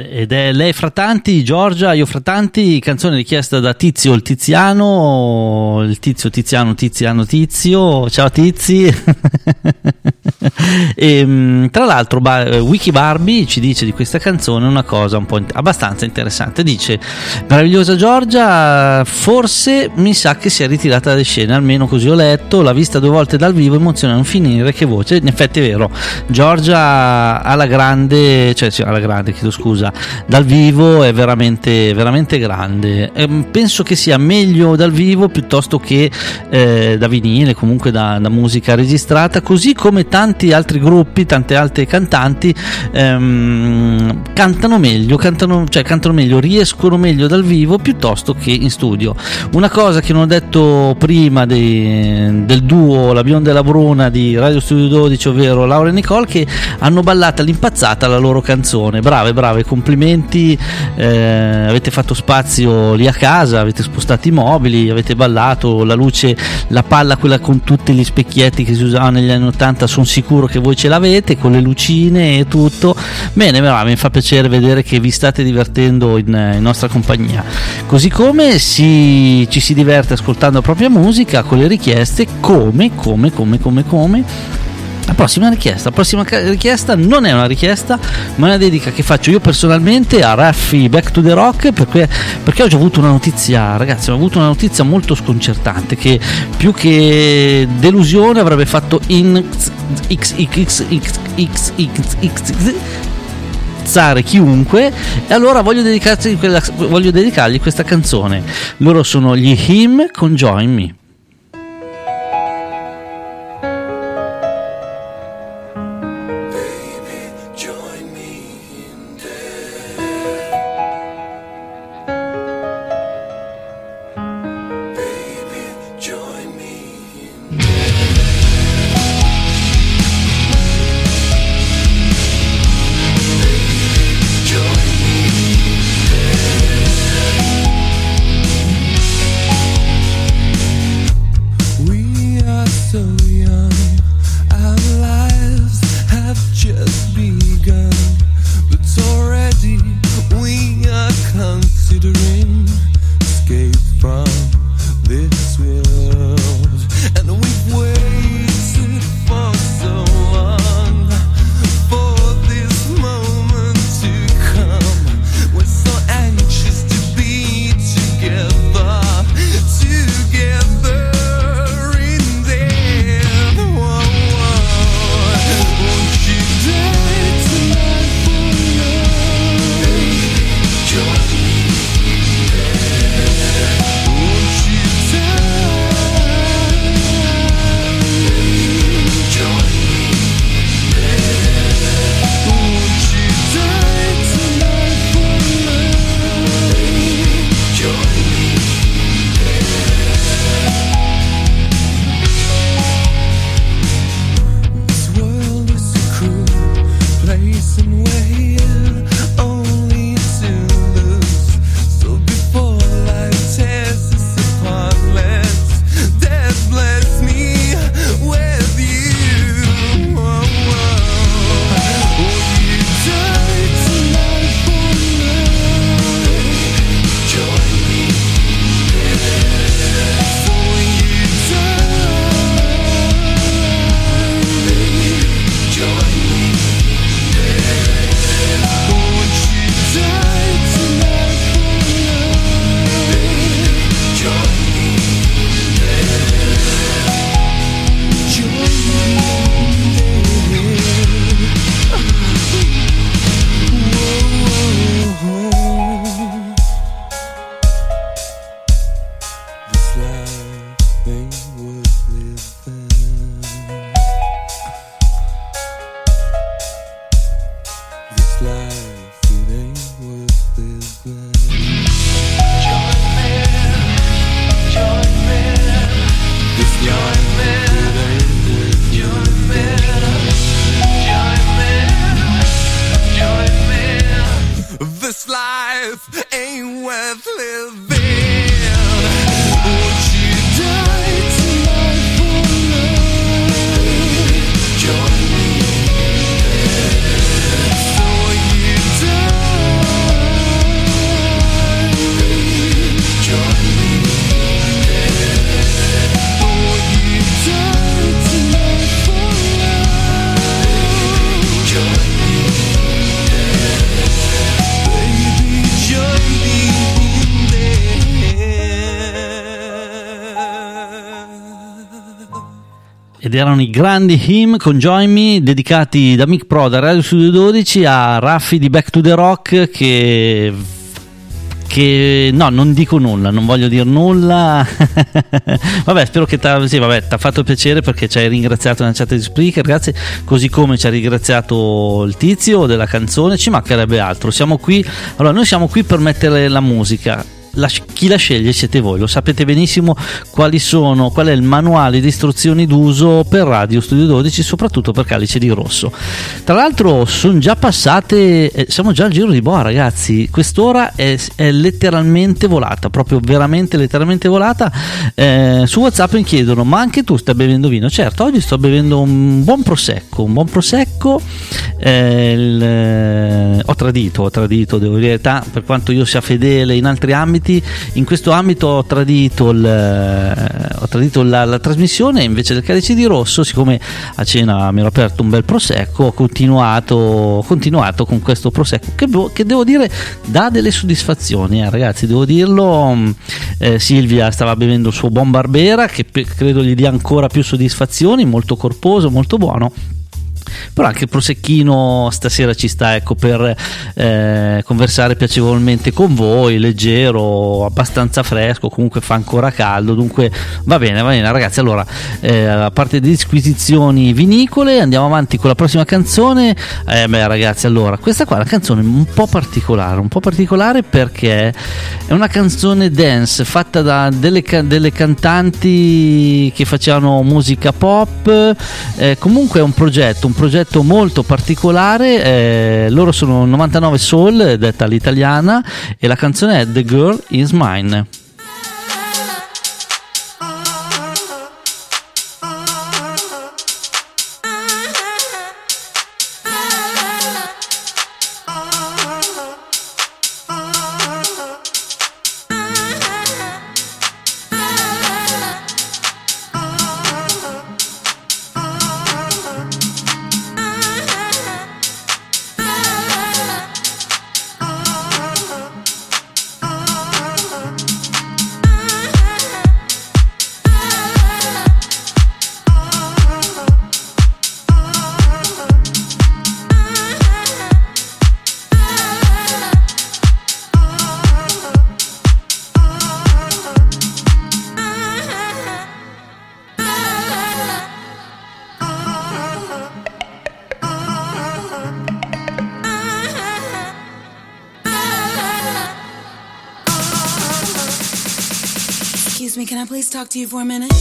ed è lei fra tanti, Giorgia, io fra tanti, canzone richiesta da Tizio il Tiziano, il Tizio Tiziano Tiziano Tizio, ciao Tizi. E tra l'altro Wiki Barbie ci dice di questa canzone una cosa un po' in- abbastanza interessante, dice: meravigliosa Giorgia, forse mi sa che si è ritirata dalle scene, almeno così ho letto, l'ha vista due volte dal vivo, emoziona non finire, che voce. In effetti è vero, Giorgia alla grande, cioè alla grande, chiedo scusa, dal vivo è veramente veramente grande. E penso che sia meglio dal vivo piuttosto che eh, da vinile, comunque da, da musica registrata, così come tanti altri gruppi, tante altre cantanti ehm, cantano meglio, cantano, cioè cantano meglio, riescono meglio dal vivo piuttosto che in studio. Una cosa che non ho detto prima dei, del duo La Bionda e la Bruna di Radio Studio dodici, ovvero Laura e Nicole, che hanno ballato all'impazzata la loro canzone. Brave, brave, complimenti, eh, avete fatto spazio lì a casa, avete spostato i mobili, avete ballato, la luce, la palla quella con tutti gli specchietti che si usavano negli anni ottanta, sono sicuro che voi ce l'avete con le lucine e tutto. Bene, bravo, mi fa piacere vedere che vi state divertendo in, in nostra compagnia, così come si, ci si diverte ascoltando la propria musica con le richieste, come come come come come la prossima richiesta. La prossima richiesta non è una richiesta, ma è una dedica che faccio io personalmente a Raffi Back to the Rock, perché, perché oggi ho avuto una notizia, ragazzi, ho avuto una notizia molto sconcertante che più che delusione avrebbe fatto in x x x x x x zare chiunque, e allora voglio dedicargli, quella, voglio dedicargli questa canzone. Loro sono gli Him con Join Me. Join me. Ed erano i grandi Him con Join Me, dedicati da Mick Pro da Radio Studio dodici a Raffi di Back to the Rock, che che no, non dico nulla, non voglio dire nulla. Vabbè, spero che t'ha, sì, vabbè, t'ha fatto piacere, perché ci hai ringraziato nella chat di Spreaker, grazie, così come ci ha ringraziato il tizio della canzone, ci mancherebbe altro. Siamo qui, allora noi siamo qui per mettere la musica. La, chi la sceglie siete voi, lo sapete benissimo quali sono, qual è il manuale di istruzioni d'uso per Radio Studio dodici, soprattutto per Calice di Rosso. Tra l'altro sono già passate, eh, siamo già al giro di boa, ragazzi, quest'ora è, è letteralmente volata, proprio veramente letteralmente volata. Eh, su WhatsApp mi chiedono: ma anche tu stai bevendo vino? Certo, oggi sto bevendo un buon prosecco, un buon prosecco. Eh, il, eh, ho tradito, ho tradito, devo dire la verità, per quanto io sia fedele in altri ambiti. In questo ambito ho tradito, il, ho tradito la, la trasmissione, invece del Calice di Rosso, siccome a cena mi ero aperto un bel prosecco, ho continuato, ho continuato con questo prosecco che, che devo dire dà delle soddisfazioni, eh, ragazzi, devo dirlo. eh, Silvia stava bevendo il suo buon Barbera, che pe- credo gli dia ancora più soddisfazioni, molto corposo, molto buono. Però anche il prosecchino stasera ci sta, ecco, per eh, conversare piacevolmente con voi, leggero, abbastanza fresco, comunque fa ancora caldo, dunque va bene, va bene ragazzi. Allora, eh, a parte le disquisizioni vinicole, andiamo avanti con la prossima canzone. Eh beh ragazzi, allora, questa qua è una canzone un po' particolare, un po' particolare perché è una canzone dance fatta da delle, delle cantanti che facevano musica pop, eh, comunque è un progetto, un progetto molto particolare. Eh, loro sono novantanove Soul, detta all'italiana, e la canzone è The Girl Is Mine. Excuse me, can I please talk to you for a minute?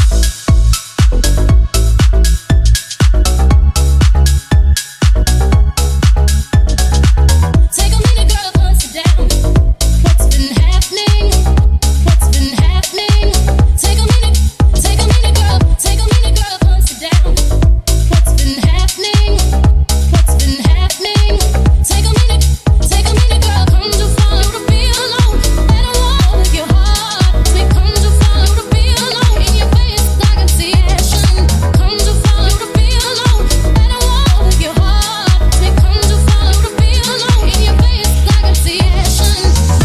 Take a minute, girl, and sit down. What's been happening? What's been happening? Take a minute, take a minute, girl, take a minute, girl, and sit down. What's been happening? What's been happening? Take a minute, take a minute, girl, come to follow the feel alone. Let her walk with your heart. We come to follow the feel alone. In your face, I can see action. Come to follow the feel alone. Let her walk with your heart. We come to follow the feel alone. In your face, I can see action.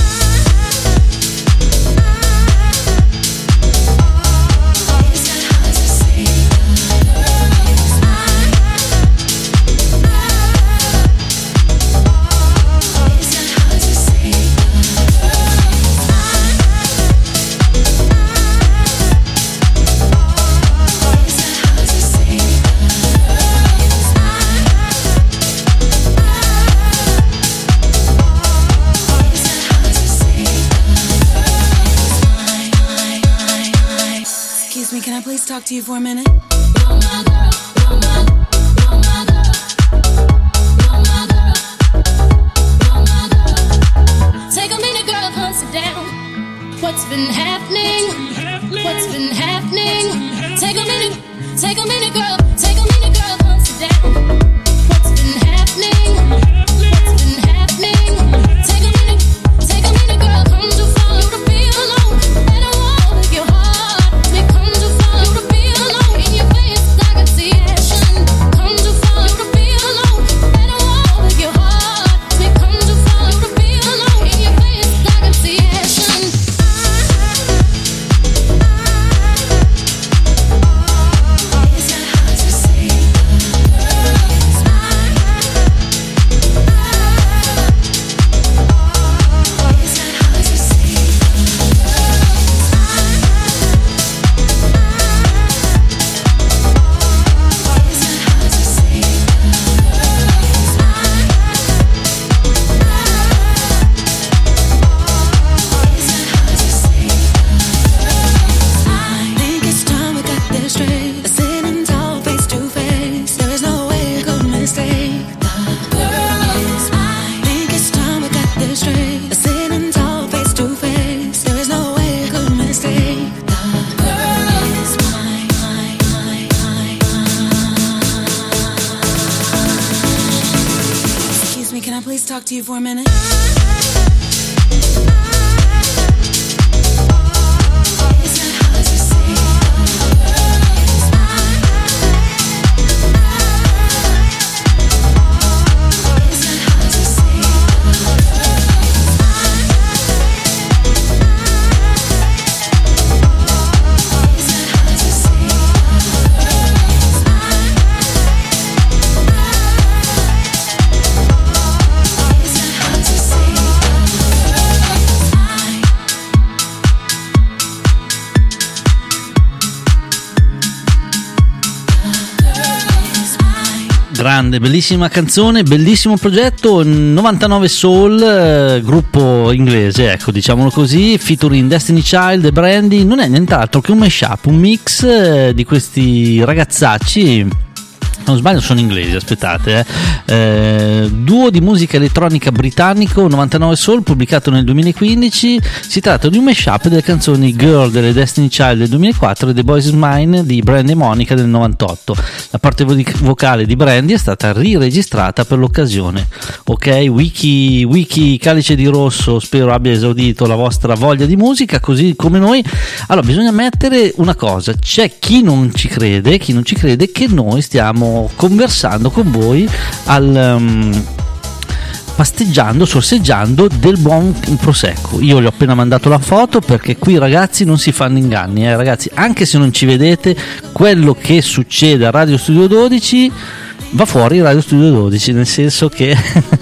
Excuse me, can I please talk to you for a minute? Take a minute, girl, and sit down. What's been happening? What's been happening? Take a minute, take a minute, girl, take a minute, girl, and sit down. What's been happening? What's been happening? Take a minute, take a minute, girl, come to follow the feel alone. Let her walk with your heart. We come to follow the feel alone. In your face, I can see action. I please talk to you for a minute? Grande, bellissima canzone, bellissimo progetto, novantanove Soul, eh, gruppo inglese, ecco, diciamolo così, featuring Destiny Child e Brandy. Non è nient'altro che un mashup, un mix eh, di questi ragazzacci. Non sbaglio sono inglesi, aspettate, eh. Eh, duo di musica elettronica britannico, novantanove Soul, pubblicato nel duemilaquindici. Si tratta di un mashup delle canzoni Girl delle Destiny Child del duemilaquattro e The Boys Is Mine di Brandy e Monica del novantotto. La parte vo- vocale di Brandy è stata riregistrata per l'occasione. Ok, wiki, wiki Calice di Rosso, spero abbia esaudito la vostra voglia di musica, così come noi. Allora, bisogna mettere una cosa, c'è chi non ci crede, chi non ci crede che noi stiamo conversando con voi al um, pasteggiando, sorseggiando del buon prosecco. Io gli ho appena mandato la foto perché qui ragazzi non si fanno inganni, eh, ragazzi, anche se non ci vedete, quello che succede a Radio Studio dodici va fuori Radio Studio dodici, nel senso che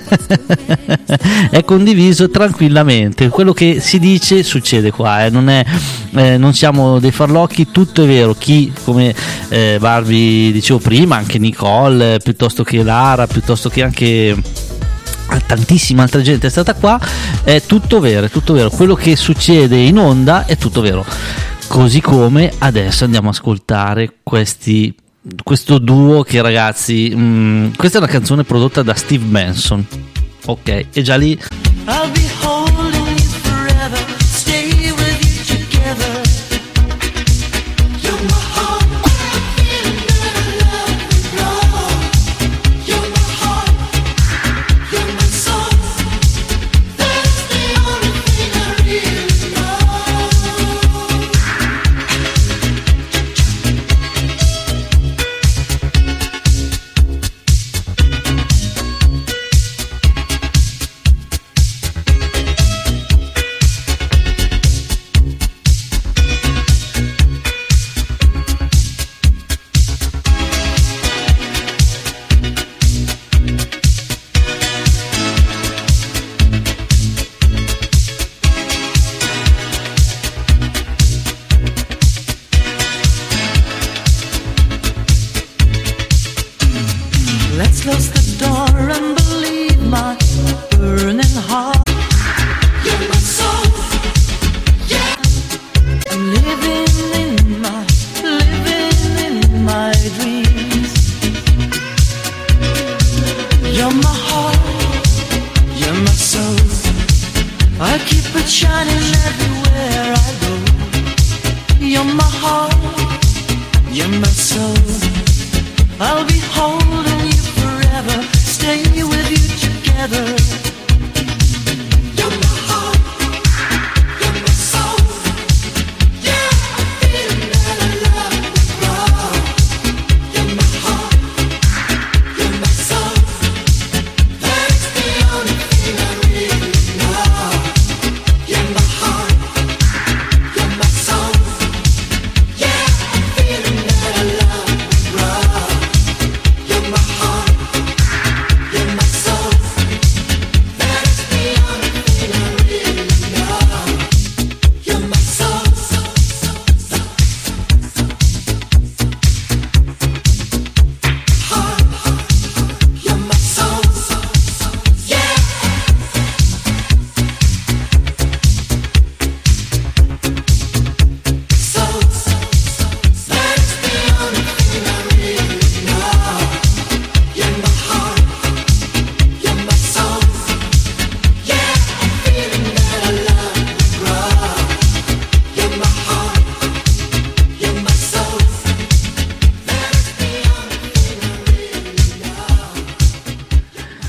è condiviso tranquillamente, quello che si dice succede qua, eh. non, è, eh, non siamo dei farlocchi, tutto è vero. Chi, come eh, Barbie dicevo prima, anche Nicole, eh, piuttosto che Lara, piuttosto che anche tantissima altra gente è stata qua, è tutto vero, è tutto vero, quello che succede in onda è tutto vero. Così come adesso andiamo ad ascoltare questi questo duo che, ragazzi, mh, questa è una canzone prodotta da Steve Benson, ok, e già lì I'll be holding you forever, stay with you together. You're my heart, feeling that I love you, love. You're my heart, you're my soul. That's the only thing I really know. Let's close the door and believe my burning heart. You're my soul, yeah. I'm living in my, living in my dreams. You're my heart, you're my soul. I keep it shining everywhere I go. You're my heart, you're my soul. I'll be holding you forever, stay with you together. You're my heart, you're my soul. Yeah, I'm feeling that I love you, bro. You're my heart, you're my soul. That's the only thing I really know. You're my heart, you're my soul. Yeah, I'm feeling that I love you, bro. You're my heart, you're my soul.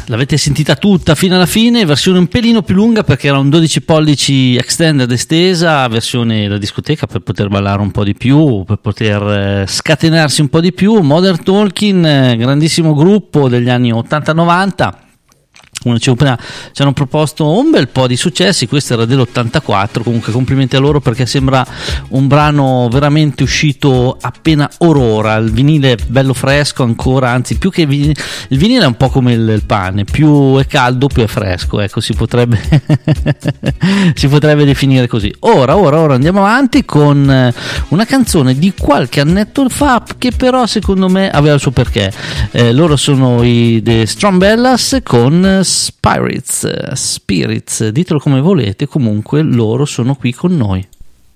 l'avete sentita tutta fino alla fine, versione un pelino più lunga perché era un dodici pollici extended estesa, versione da discoteca per poter ballare un po' di più, per poter eh, scatenarsi un po' di più. Modern Talking, eh, grandissimo gruppo degli anni ottanta novanta. Come dicevo prima, ci hanno proposto un bel po' di successi, questo era dell'ottantaquattro, comunque complimenti a loro perché sembra un brano veramente uscito appena orora, il vinile è bello fresco ancora, anzi più che il vinile, il vinile è un po' come il, il pane, più è caldo più è fresco, ecco, si potrebbe si potrebbe definire così. Ora, ora, ora andiamo avanti con una canzone di qualche annetto fa che però secondo me aveva il suo perché. Eh, loro sono i The Strombellas con Spirits, Spirits, ditelo come volete, comunque loro sono qui con noi.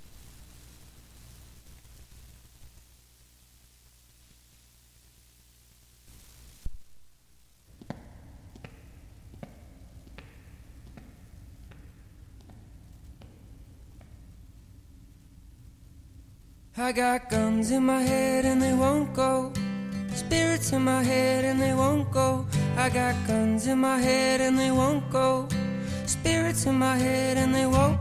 I got guns in my head and they won't go. Spirits in my head and they won't go. I got guns in my head and they won't go. Spirits in my head and they won't.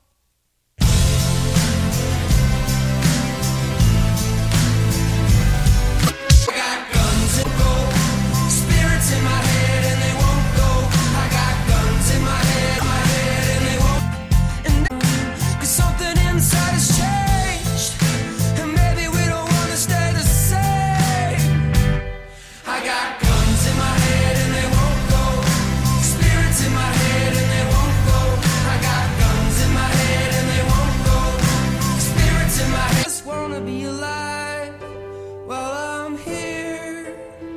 I got guns and go. Spirits in my head and they won't go. I got guns in my head, my head and they won't. And uh, 'cause something inside has changed. And maybe we don't wanna stay the same. I got guns in my head and they won't go. Spirits in my head and they won't go. I got guns in my head and they won't go. Spirits in my head. I just wanna be alive while I'm here.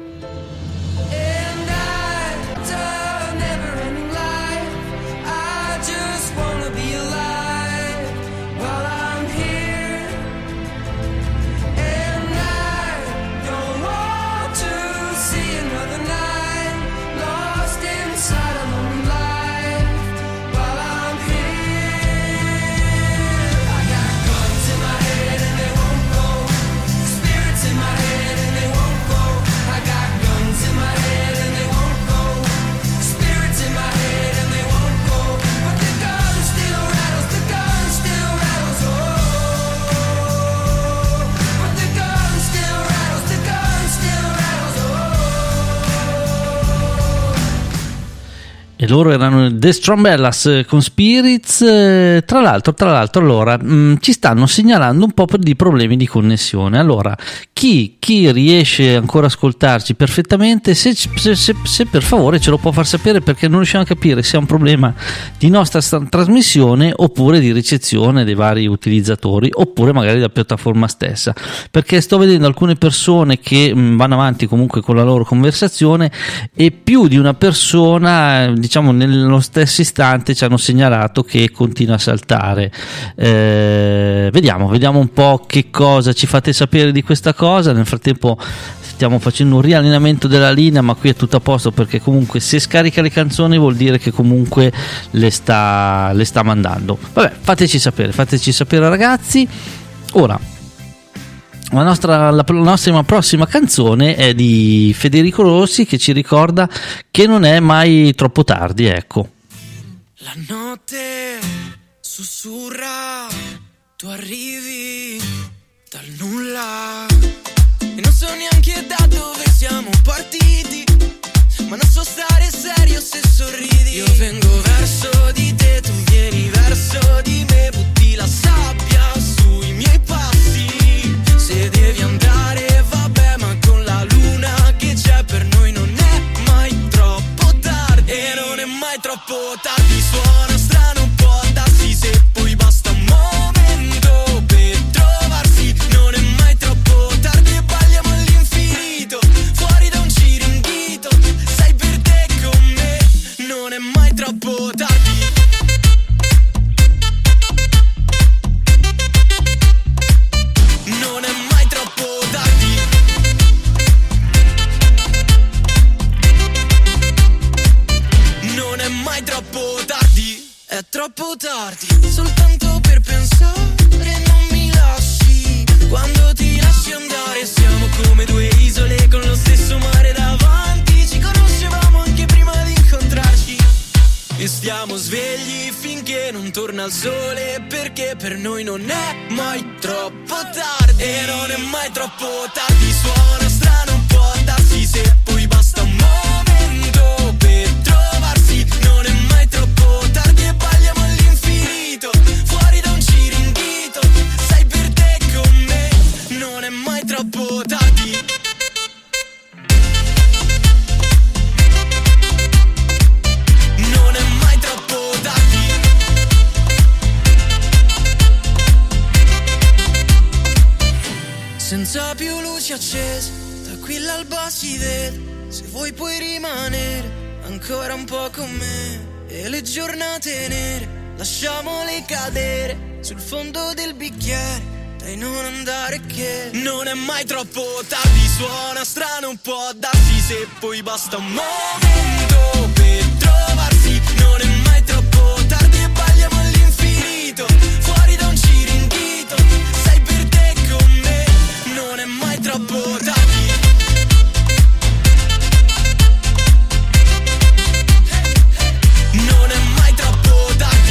And I've done a never-ending life. I just wanna be alive while I'm here. And I don't want to see another night lost inside a lonely life while I'm here. I got guns in my head and they won't go. Spirits in my head and they won't go. I got guns in my head and they won't go. Spirits in my head and they won't go. But the gun still rattles, the gun still rattles, oh. But the gun still rattles, the gun still rattles, oh. E loro erano The Strombellas con Spirits. eh, Tra l'altro, tra l'altro, allora mh, ci stanno segnalando un po' di problemi di connessione. Allora, chi, chi riesce ancora a ascoltarci perfettamente, se, se, se, se per favore ce lo può far sapere, perché non riusciamo a capire se è un problema di nostra sta- trasmissione oppure di ricezione dei vari utilizzatori, oppure magari della piattaforma stessa, perché sto vedendo alcune persone che mh, vanno avanti comunque con la loro conversazione e più di una persona, eh, diciamo nello stesso istante, ci hanno segnalato che continua a saltare. Eh, vediamo, vediamo un po' che cosa ci fate sapere di questa cosa. Nel frattempo stiamo facendo un riallineamento della linea, ma qui è tutto a posto perché comunque se scarica le canzoni vuol dire che comunque le sta, le sta mandando. Vabbè, fateci sapere, fateci sapere ragazzi. Ora La nostra, la, la nostra prossima canzone è di Federico Rossi, che ci ricorda che non è mai troppo tardi, ecco. La notte sussurra, tu arrivi dal nulla e non so neanche da dove siamo partiti, ma non so stare serio se sorridi. Io vengo verso di te, tu vieni verso di me, butti la sabbia sui miei passi. Se devi andare vabbè, ma con la luna che c'è per noi non è mai troppo tardi. E non è mai troppo tardi, suona strano, può darsi, se poi basta un momento per trovarsi. Non è mai troppo tardi e balliamo all'infinito, fuori da un ciringhito, sei per te con me. Non è mai troppo tardi. È troppo tardi, soltanto per pensare non mi lasci. Quando ti lasci andare siamo come due isole con lo stesso mare davanti. Ci conoscevamo anche prima stiamo svegli finché non torna il sole, perché per noi non è mai troppo tardi. E non è mai troppo tardi, suona strano, un po' darsi se poi basta un momento per trovarsi. Non è mai troppo tardi e balliamo all'infinito, fuori da un ciringhito, sei per te con me. Non è mai troppo tardi. Non è mai troppo tardi. Senza più luci accese, da qui l'alba si vede. Se vuoi puoi rimanere ancora un po' con me. E le giornate nere lasciamole cadere sul fondo del bicchiere. Dai, non andare che non è mai troppo tardi. Suona strano, un po' darsi se poi basta un momento per trovarsi. Non è mai troppo tardi e balliamo all'infinito, fuori da un ciringhito, sei per te con me. Non è mai troppo tardi. Non è mai troppo tardi.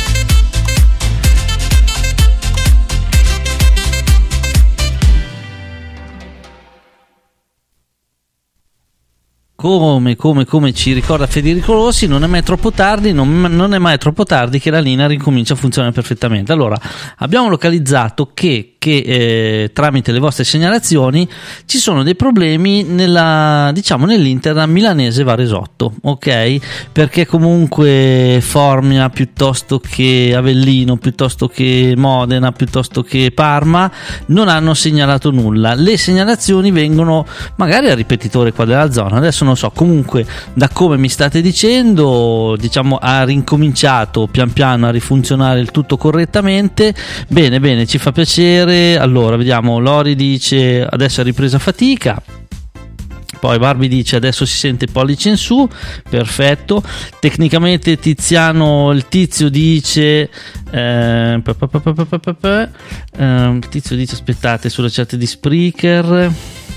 Come, come, come ci ricorda Federico Rossi, non è mai troppo tardi, non, non è mai troppo tardi che la linea ricomincia a funzionare perfettamente. Allora, abbiamo localizzato che, che eh, tramite le vostre segnalazioni ci sono dei problemi nella, diciamo, nell'Inter milanese Varesotto, ok? Perché comunque Formia piuttosto che Avellino, piuttosto che Modena, piuttosto che Parma non hanno segnalato nulla. Le segnalazioni vengono magari a ripetitore qua della zona, adesso non so, comunque da come mi state dicendo, diciamo, ha rincominciato pian piano a rifunzionare il tutto correttamente. Bene, bene, ci fa piacere. Allora, vediamo, Lori dice adesso è ripresa fatica. Poi Barbie dice adesso si sente pollice in su, perfetto. Tecnicamente Tiziano, il tizio dice eh, pa, pa, pa, pa, pa, pa, pa, eh, il tizio dice aspettate, sulla chat di Spreaker,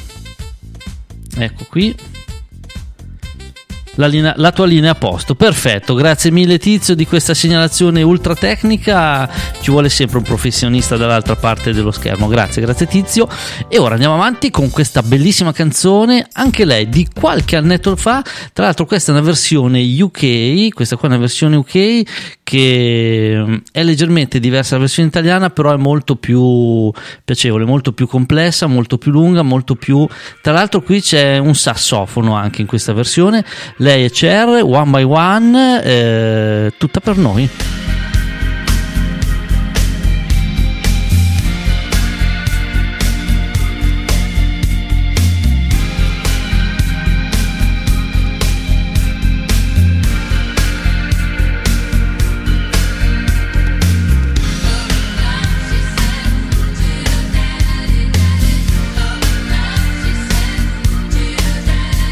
ecco qui. La, linea, la tua linea a posto, perfetto, grazie mille Tizio di questa segnalazione ultra tecnica. Ci vuole sempre un professionista dall'altra parte dello schermo, grazie, grazie Tizio. E ora andiamo avanti con questa bellissima canzone, anche lei di qualche annetto fa. Tra l'altro questa è una versione U K, questa qua è una versione U K che è leggermente diversa dalla versione italiana, però è molto più piacevole, molto più complessa, molto più lunga, molto più... Tra l'altro qui c'è un sassofono anche in questa versione. Lei è Cher, One by One, eh, tutta per noi.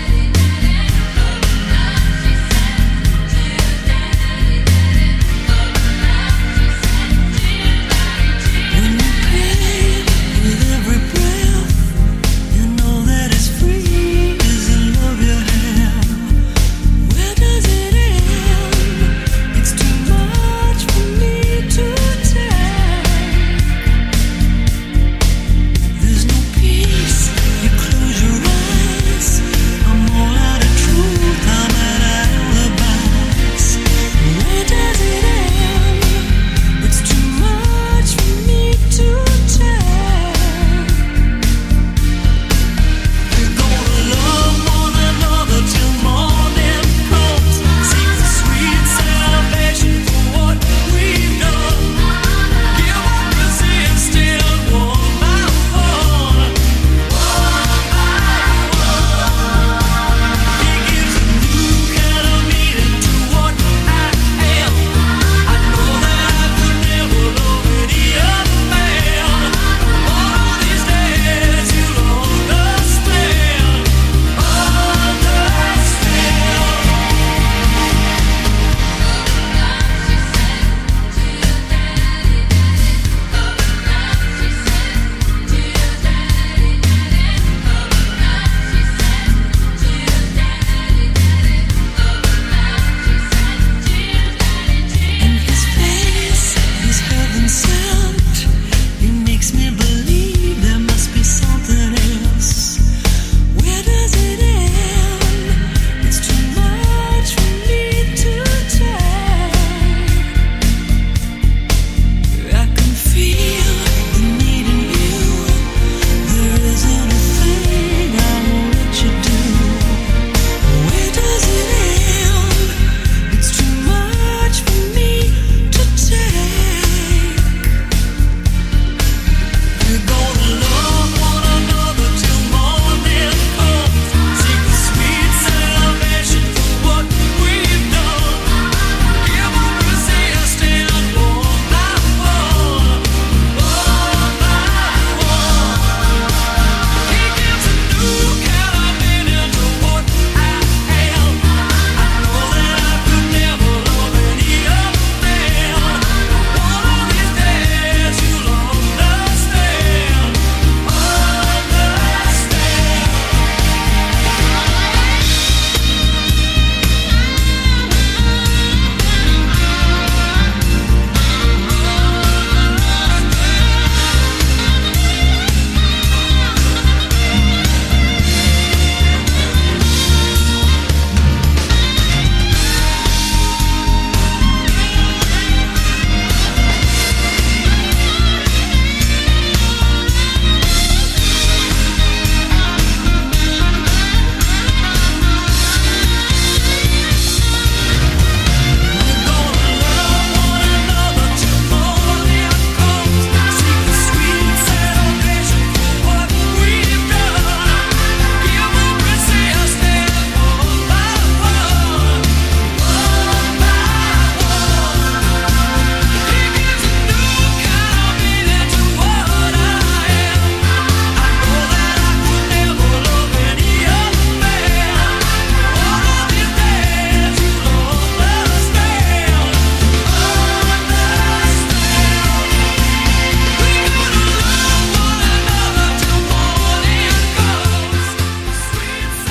She said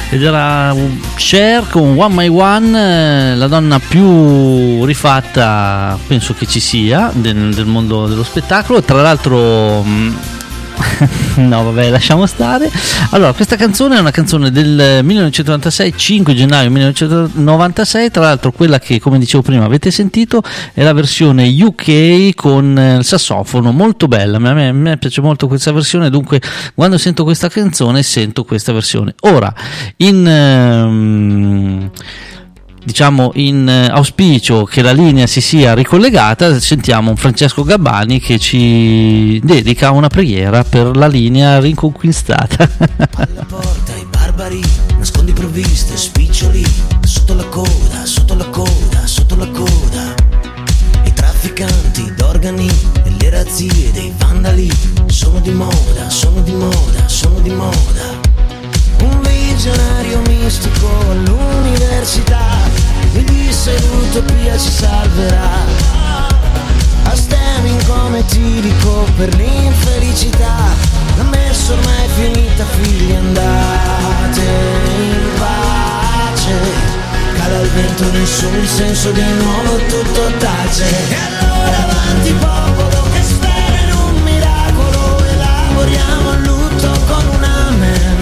ed era Cher con One My One, la donna più rifatta penso che ci sia del, del mondo dello spettacolo. Tra l'altro no vabbè, lasciamo stare. Allora, questa canzone è una canzone del millenovecentonovantasei, cinque gennaio millenovecentonovantasei. Tra l'altro quella che, come dicevo prima, avete sentito è la versione U K con il sassofono, molto bella. A me, a me piace molto questa versione, dunque quando sento questa canzone sento questa versione. Ora, in um, diciamo in auspicio che la linea si sia ricollegata, sentiamo un Francesco Gabbani che ci dedica una preghiera per la linea riconquistata. Alla porta i barbari, nascondi provviste, spiccioli, sotto la coda, sotto la coda, sotto la coda. I trafficanti d'organi e le razzie dei vandali sono di moda, sono di moda, sono di moda. Un visionario mistico all'università mi disse l'utopia ci salverà. A stemming come etilico per l'infelicità, l'ha messo ormai finita, figli andate in pace. Cala il vento nel sole, il senso di nuovo tutto tace. E allora avanti popolo che spera in un miracolo, elaboriamo il lutto con un amen.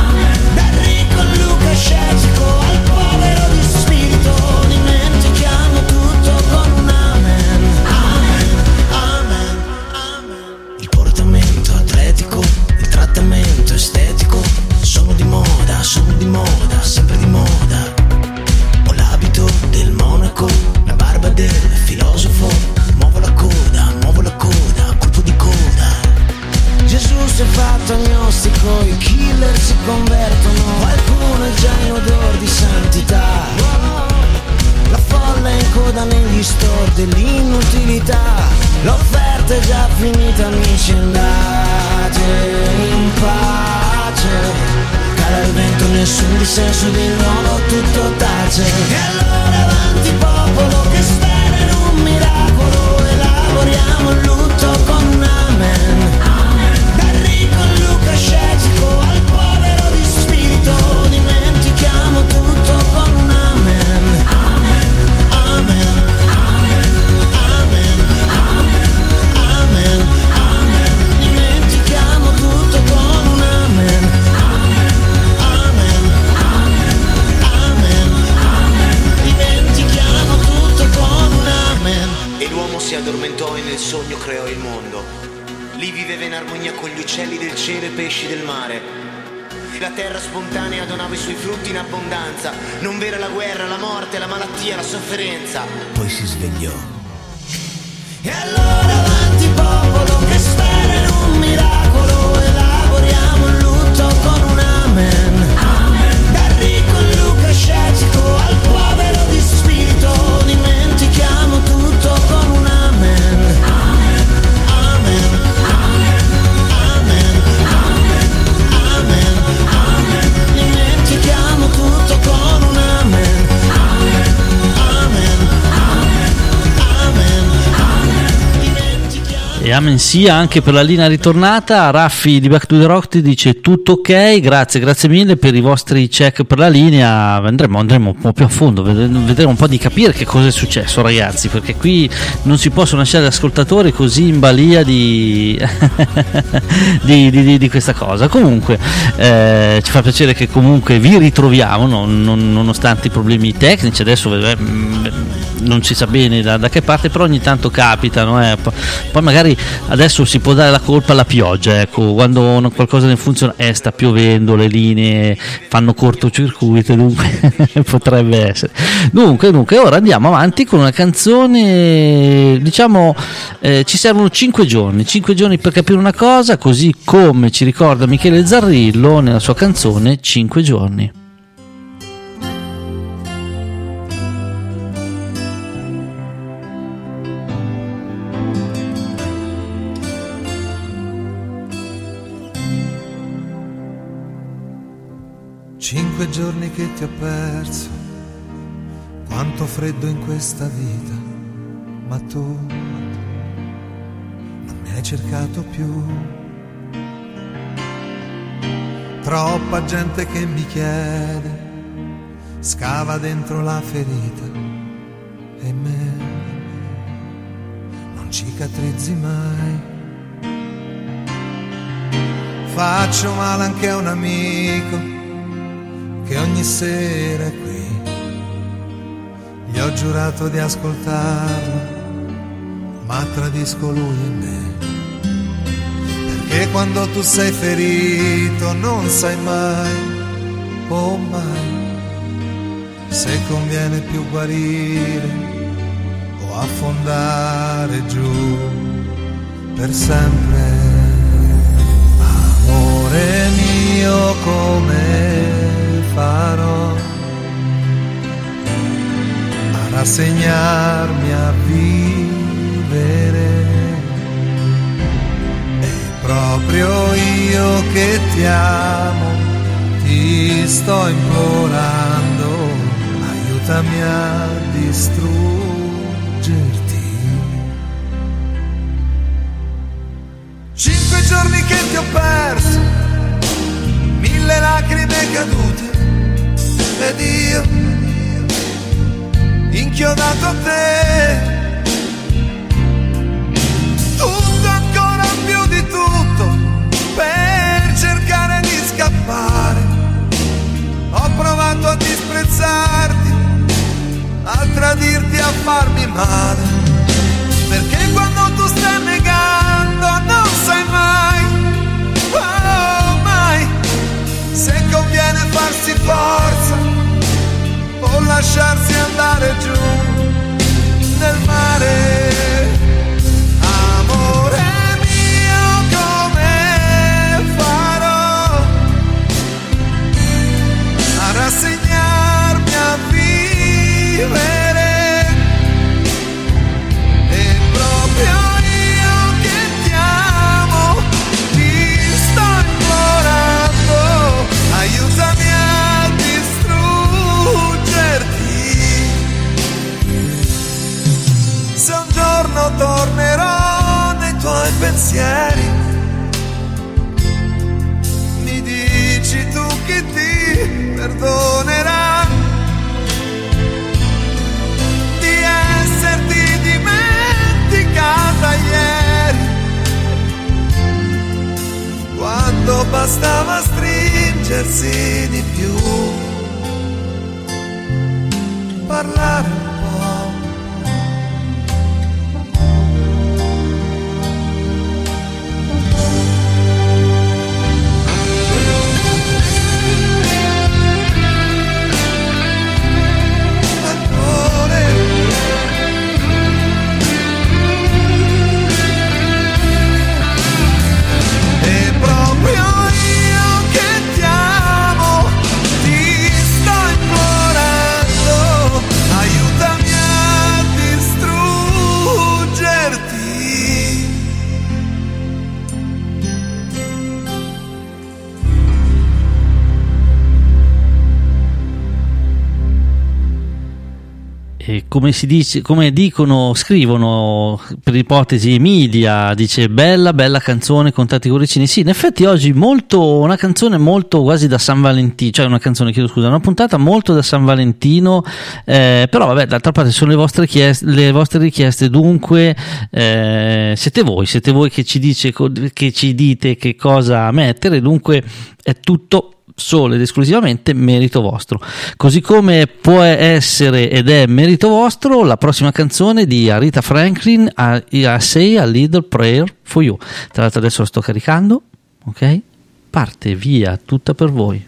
Scettico al povero di spirito, dimentichiamo tutto con un amen. Amen, amen, amen. Il portamento atletico, il trattamento estetico sono di moda, sono di moda, sempre di moda. Ho l'abito del monaco, la barba del filosofo, muovo la coda, muovo la coda, colpo di coda. Gesù si è fatto agnostico, i killer si convertono, qualcuno è già in odor di santità. La folla è in coda negli store dell'inutilità, l'offerta è già finita, amici, andate in pace. Cala il vento, nessun dissenso, di nuovo tutto tace. E allora avanti popolo che spera in un miracolo, elaboriamo il lutto con un amen. Scettico al povero di spirito, dimentichiamo tutto con un amen. Amen, amen, amen, amen, amen. Dimentichiamo tutto con un amen. Amen, amen, amen. Dimentichiamo tutto con un amen. E l'uomo si addormentò e nel sogno creò il mondo. Lì viveva in armonia con gli uccelli del cielo e i pesci del mare. La terra spontanea donava i suoi frutti in abbondanza. Non vera la guerra, la morte, la malattia, la sofferenza. Poi si svegliò. E allora avanti popolo che spera in un miracolo, elaboriamo il lutto con un amen. Amen. Dal ricco il Luca scettico al povero di spirito, dimentichiamo tutto con un amen. Amen. Amen. Dimentichiamo tutto con un amen. Amen, amen, amen, amen. E amen sia anche per la linea ritornata. Raffi di Back to the Rock ti dice tutto ok, grazie, grazie mille per i vostri check per la linea. Andremo, andremo un po' più a fondo, vedremo un po' di capire che cosa è successo, ragazzi, perché qui non si possono lasciare gli ascoltatori così in balia di, di, di, di, di questa cosa. Comunque eh, ci fa piacere che comunque vi ritroviamo, non, non, nonostante i problemi tecnici. Adesso eh, non si sa bene da, da che parte, però ogni tanto capitano, eh. Poi magari adesso si può dare la colpa alla pioggia, ecco, quando qualcosa non funziona, eh, sta piovendo, le linee fanno cortocircuito, dunque potrebbe essere. Dunque, dunque, ora andiamo avanti con una canzone, diciamo, eh, ci servono cinque giorni, cinque giorni per capire una cosa, così come ci ricorda Michele Zarrillo nella sua canzone Cinque giorni. Cinque giorni che ti ho perso, quanto freddo in questa vita, ma tu non mi hai cercato più. troppa gente che mi chiede, scava dentro la ferita e me non cicatrizzi mai. Faccio male anche a un amico che ogni sera è qui. Gli ho giurato di ascoltarlo, ma tradisco lui e me. Perché quando tu sei ferito non sai mai, oh mai, se conviene più guarire o affondare giù per sempre. Amore mio, come farò a rassegnarmi a vivere? E proprio io che ti amo, ti sto implorando, aiutami a distruggerti. Cinque giorni che ti ho perso, mille lacrime cadute, ed io inchiodato a te. Tutto, ancora più di tutto, per cercare di scappare. Ho provato a disprezzarti, a tradirti, a farmi male. Perché quando tu stai negando non sai mai, oh mai, se conviene farsi forza o lasciarsi andare giù nel mare. Amore mio, come farò a rassegnarmi a vivere? Aiutami a distruggerti. Se un giorno tornerò nei tuoi pensieri, mi dici tu che ti perdonerà di esserti dimenticata ieri, quando bastava stringersi di più, parlare un po'. E proprio io che ti amo, ti sto implorando, aiutami a distruggerti. E come si dice, come dicono, scrivono per ipotesi Emilia, dice bella bella canzone con tanti cuoricini. Sì, in effetti oggi molto, una canzone molto quasi da San Valentino, cioè una canzone, chiedo scusa, una puntata molto da San Valentino, eh, però vabbè, d'altra parte sono le vostre richieste, le vostre richieste, dunque eh, siete voi, siete voi che ci dice, che ci dite che cosa mettere, dunque è tutto solo ed esclusivamente merito vostro, così come può essere ed è merito vostro la prossima canzone di Aretha Franklin, I Say a Little Prayer for You. Tra l'altro adesso lo sto caricando, ok? Parte via tutta per voi.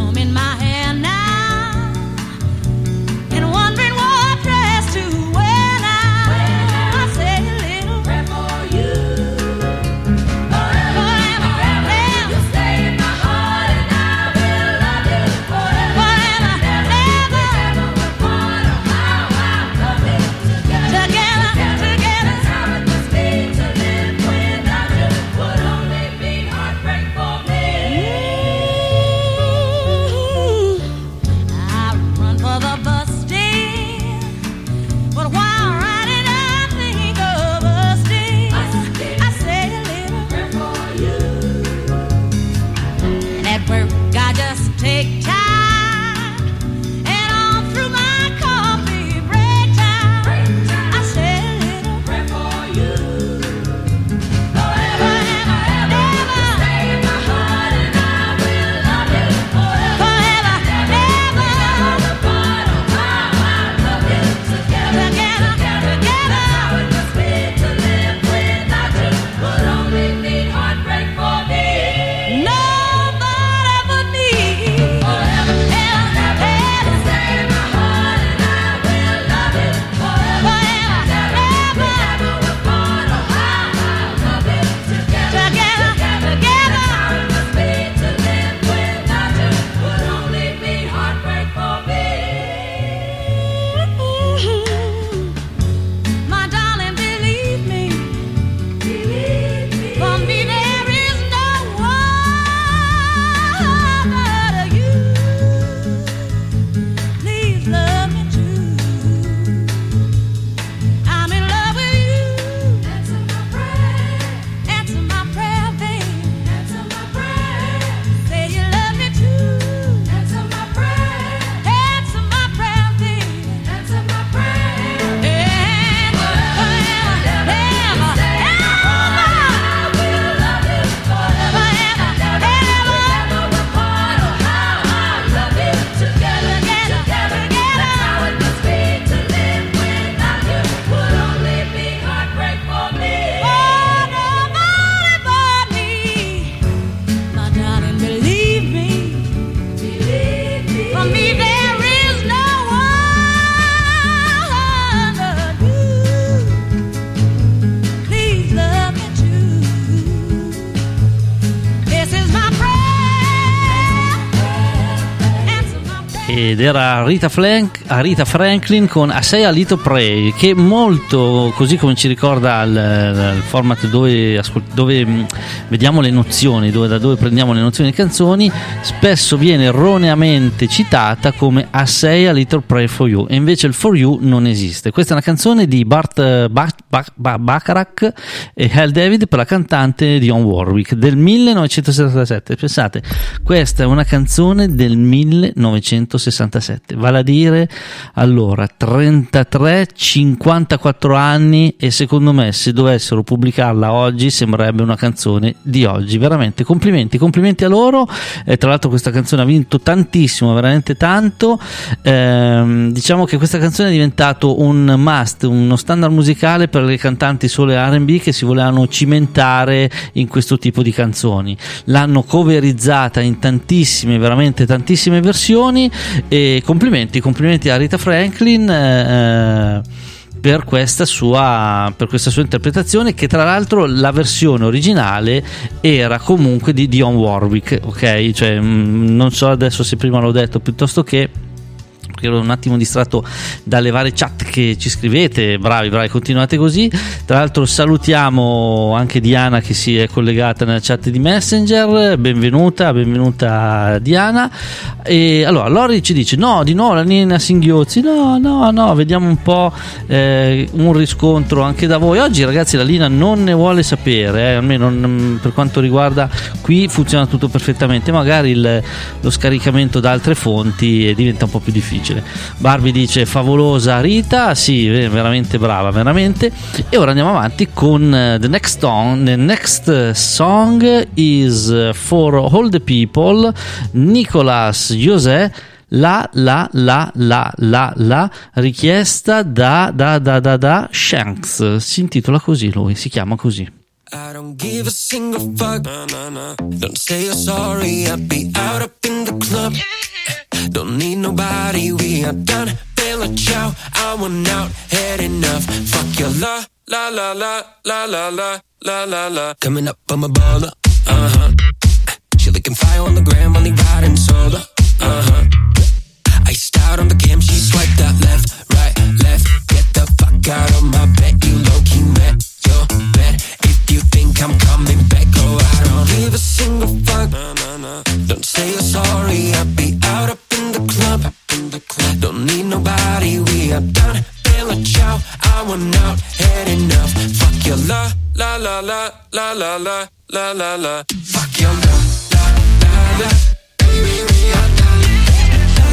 Wondering what dress to wear. ed era Rita, Frank, Rita Franklin con A Say a Little Pray, che molto, così come ci ricorda il, il format dove, ascolt- dove mh, vediamo le nozioni, dove, da dove prendiamo le nozioni di canzoni, spesso viene erroneamente citata come A Say a Little Pray for You, e invece il For You non esiste. Questa è una canzone di Bart Bach- Bach- Bach- Bacharach e Hal David per la cantante Dionne Warwick del millenovecentosessantasette. Pensate, questa è una canzone del millenovecentosessantasette, vale a dire allora trentatré cinquantaquattro anni, e secondo me se dovessero pubblicarla oggi sembrerebbe una canzone di oggi. Veramente complimenti, complimenti a loro. E tra l'altro questa canzone ha vinto tantissimo, veramente tanto. Ehm, diciamo che questa canzone è diventato un must, uno standard musicale per le cantanti solo R and B che si volevano cimentare in questo tipo di canzoni. L'hanno coverizzata in tantissime, veramente tantissime versioni, e complimenti, complimenti a Rita Franklin eh, per questa sua per questa sua interpretazione, che tra l'altro la versione originale era comunque di Dionne Warwick, ok? Cioè mh, non so adesso se prima l'ho detto, piuttosto che ero un attimo distratto dalle varie chat che ci scrivete. Bravi, bravi, continuate così. Tra l'altro salutiamo anche Diana che si è collegata nella chat di Messenger. Benvenuta, benvenuta Diana. E allora Lori ci dice: no, di nuovo la Nina Singhiozzi. No, no, no, vediamo un po' eh, un riscontro anche da voi. Oggi ragazzi la Lina non ne vuole sapere, eh, almeno non, per quanto riguarda qui funziona tutto perfettamente, magari il, lo scaricamento da altre fonti diventa un po' più difficile. Barbie dice: favolosa Rita, sì, veramente brava, veramente. E ora andiamo avanti con uh, the next song. The next song is for all the people, Nicolas José, la la la la la la, richiesta da da da da da Shanks. Si intitola così, lui si chiama così. I don't give a single fuck. Nah, nah, nah. Don't say you're sorry. I'll be out up in the club. Don't need nobody. We are done. Bella ciao. I want out. Had enough. Fuck your la la la la la la la la la la. Coming up on my baller. Uh huh. She looking fire on the gram. Only riding solo. Uh huh. Iced out on the cam. She swiped that left, right, left. Get the fuck out of my bed. You low key met your bed. You think I'm coming back? Oh, I don't give a single fuck. Nah, nah, nah. Don't say you're sorry. I'll be out up in the club. In the club. Don't need nobody. We are done. Bella ciao. I want out. Had enough. Fuck your la la la la la la la la la la. Fuck your la la la la. Baby, we are done. La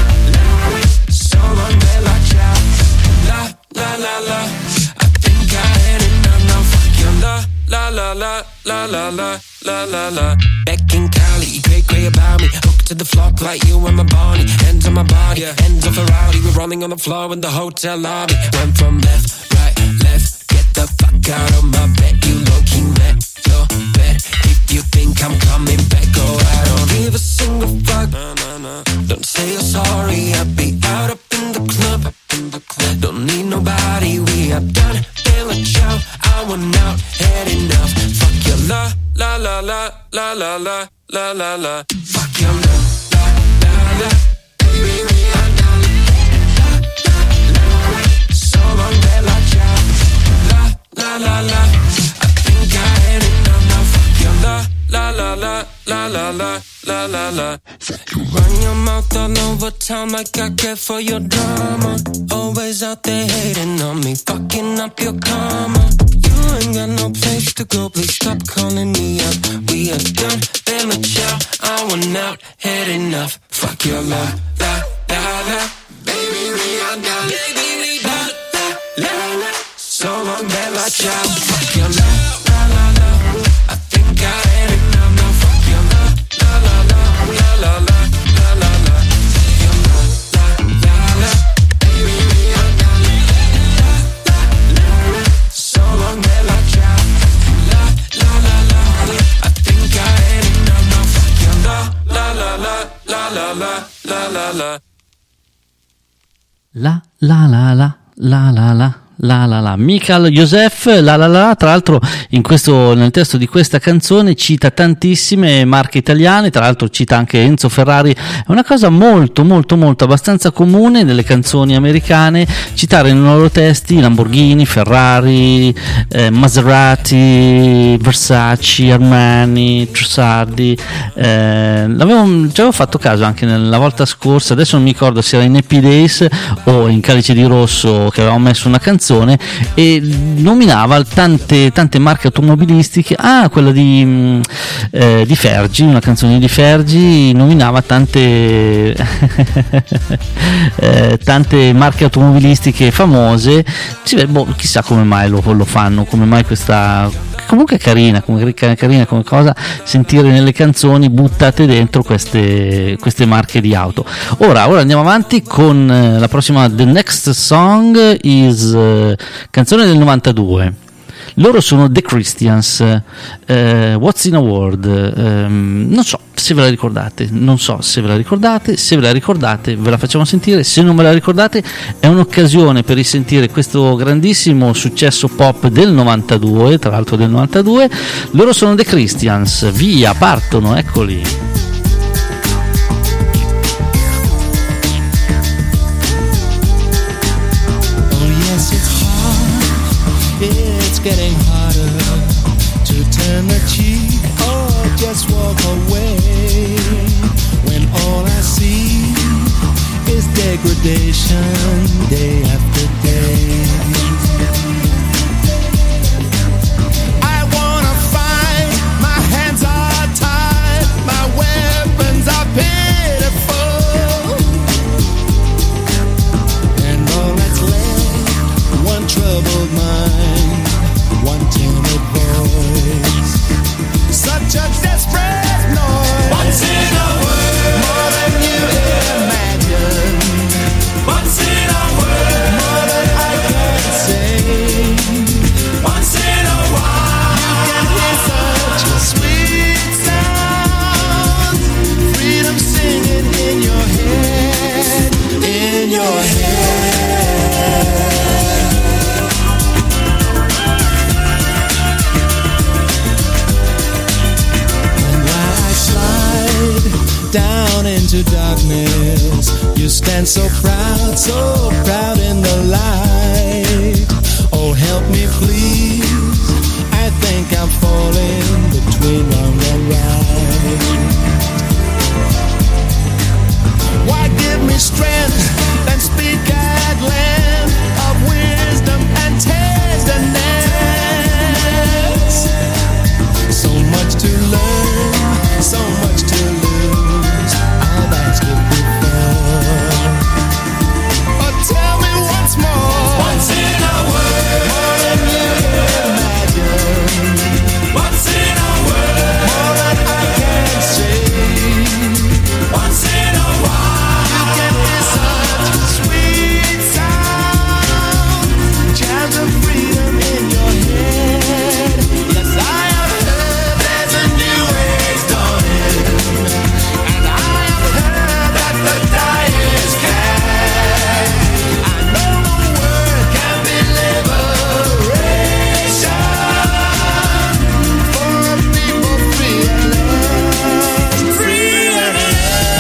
la la. So long, bella ciao. La la la la. I think I had enough now. Fuck your la la la la la la la la la la. Back in Cali, great great about me. Hooked to the floor like you and my body. Hands on my body, hands on Ferrari. We're running on the floor in the hotel lobby. Went from left, right, left. Get the fuck out of my bed. You low key met your bed. If you think I'm coming back, oh I don't give a single fuck. Nah, nah, nah. Don't say you're sorry. I'll be out up in the club. In the club. Don't need nobody. We are done. Bella ciao. I want out. Had enough. Fuck your la la la la la la la la la la. Fuck your la la la la. Baby, we are done. La la la la. So long, bella ciao. La la la la. I think I had enough now. Fuck your la la la la la la la la la la. You run your mouth all over town like I care for your drama. Always out there hating on me, fucking up your karma. You ain't got no place to go, please stop calling me up. We are done, bella ciao. I want out, had enough. Fuck your la la la la. Baby, we are done. Baby, we done. La la la. So long, bella ciao. Fuck your la la la la. I think I had enough now. Fuck your la la la la la la la la la la. Your la la la la. Baby, we are done. La la la la. So long, bella ciao. La la la la. I think I had enough now. Fuck your la la la la la la la la la la. La la la la la la la la la la. Michael Joseph, la la la, tra l'altro in questo, nel testo di questa canzone cita tantissime marche italiane, tra l'altro cita anche Enzo Ferrari. È una cosa molto molto molto abbastanza comune nelle canzoni americane citare nei loro testi Lamborghini, Ferrari, eh, Maserati, Versace, Armani, Trussardi. eh, l'avevo, ci avevo fatto caso anche nella volta scorsa, adesso non mi ricordo se era in Happy Days o in Calice di Rosso che avevamo messo una canzone e nominava tante, tante marche automobilistiche. Ah, quella di, eh, di Fergi, una canzone di Fergi nominava tante eh, tante marche automobilistiche famose. Ci, boh, chissà come mai lo, lo fanno, come mai questa, comunque è carina, come carina come cosa sentire nelle canzoni buttate dentro queste, queste marche di auto. Ora, ora andiamo avanti con eh, la prossima. The Next Song is eh, canzone del novantadue. Loro sono The Christians, eh, What's in a Word. Eh, non so se ve la ricordate, non so se ve la ricordate, se ve la ricordate ve la facciamo sentire, se non ve la ricordate è un'occasione per risentire questo grandissimo successo pop del novantadue, tra l'altro del novantadue. Loro sono The Christians, via, partono, eccoli. It's getting harder to turn the cheek or just walk away when all I see is degradation day after day. I wanna fight, my hands are tied, my weapons are pitiful, and all that's left, one troubled mind, one timid voice, such a desperate noise. What's in a word? More than you imagine. What's in a word? More than I can say. Once in a while, you can hear such a sweet sound. Freedom singing in your head, in your head. Down into darkness, you stand so proud, so proud in the light. Oh, help me please, I think I'm falling between wrong and right. Why give me strength and speak at length of wisdom and tenderness? So much to learn, so much to lose, I've asked it before. But tell me once more, what's in a word? More than you imagine. What's in a word? More than I can say. Once in a while, you can hear such a sweet sound, child of freedom in your head. Yes, I have heard there's a new age dawning, and I have heard that the die is cast. I know the word can be liberation for a people free at last, free at last.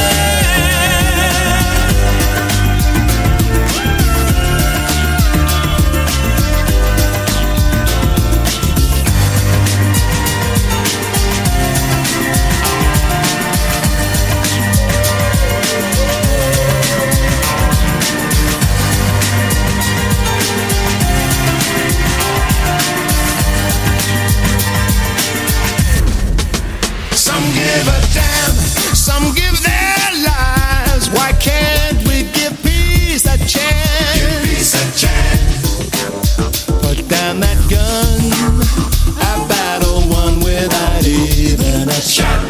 Some give a damn, some give their lives. Why can't we give peace a chance? Give peace a chance. Put down that gun, a battle won without even a shot.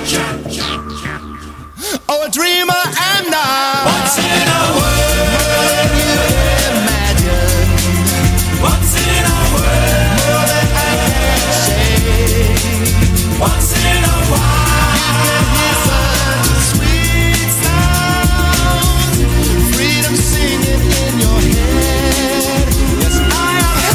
Oh, a dreamer am not. What's in a word? More than you imagine. What's in a word? More than I can say. Once in a while, you can hear such a sweet sound. Freedom singing in your head. Yes, I have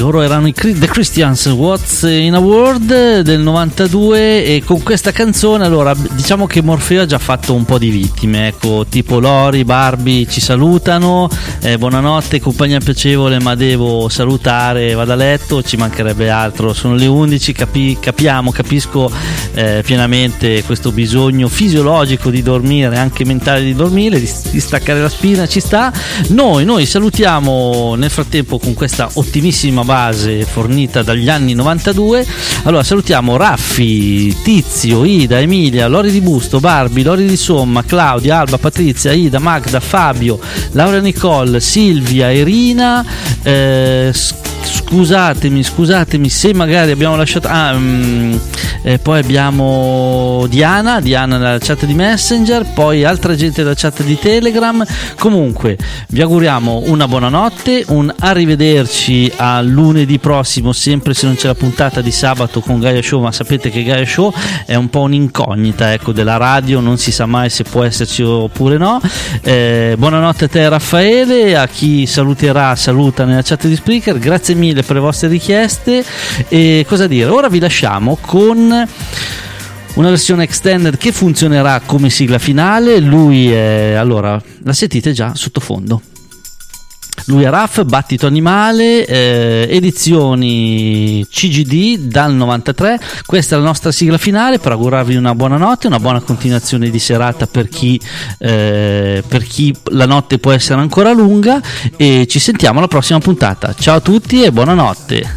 loro erano i The Christians, What's in a World del novantadue, e con questa canzone allora diciamo che Morfeo ha già fatto un po' di vittime, ecco, tipo Lori, Barbie ci salutano, eh, buonanotte, compagnia piacevole, ma devo salutare, vado a letto, ci mancherebbe altro, sono le undici, capi, capiamo, capisco eh, pienamente questo bisogno fisiologico di dormire, anche mentale di dormire, di, di staccare la spina, ci sta. Noi, noi salutiamo nel frattempo con questa ottimissima base fornita dagli anni novantadue. Allora salutiamo Raffi, Tizio, Ida, Emilia, Lori di Busto, Barbie, Lori di Somma, Claudia, Alba, Patrizia, Ida, Magda, Fabio, Laura Nicole, Silvia, Irina, eh, scusatemi, scusatemi se magari abbiamo lasciato ah, um, eh, poi abbiamo Diana, Diana nella chat di Messenger, poi altra gente della chat di Telegram. Comunque vi auguriamo una buona notte, un arrivederci a lunedì prossimo, sempre se non c'è la puntata di sabato con Gaia Show, ma sapete che Gaia Show è un po' un'incognita, ecco, della radio, non si sa mai se può esserci oppure no. Eh, buonanotte a te Raffaele, a chi saluterà saluta nella chat di Spreaker, grazie mille per le vostre richieste. E cosa dire, ora vi lasciamo con una versione extended che funzionerà come sigla finale. Lui è, allora la sentite già sottofondo, lui è Raff, Battito Animale, eh, edizioni C G D dal novantatré. Questa è la nostra sigla finale per augurarvi una buona notte, una buona continuazione di serata per chi, eh, per chi la notte può essere ancora lunga, e ci sentiamo alla prossima puntata. Ciao a tutti e buonanotte.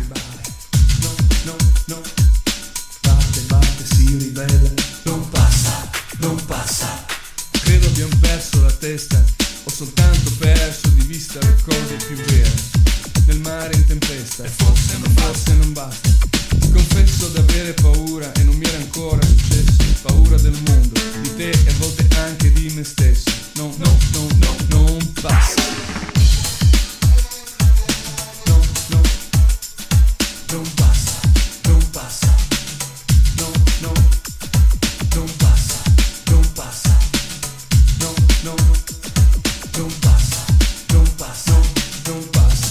Non passa, non passa. Credo abbiamo perso la testa, ho soltanto perso di vista le cose più vere. Nel mare in tempesta, e forse non forse non basta. Confesso d'avere paura e non mi era ancora successo. Paura del mondo, di te e a volte anche di me stesso. No, no, no, no, non passa. No, no, non passa, non passa. No, no, non passa, non passa. No, no, non passa, non passa, non passa.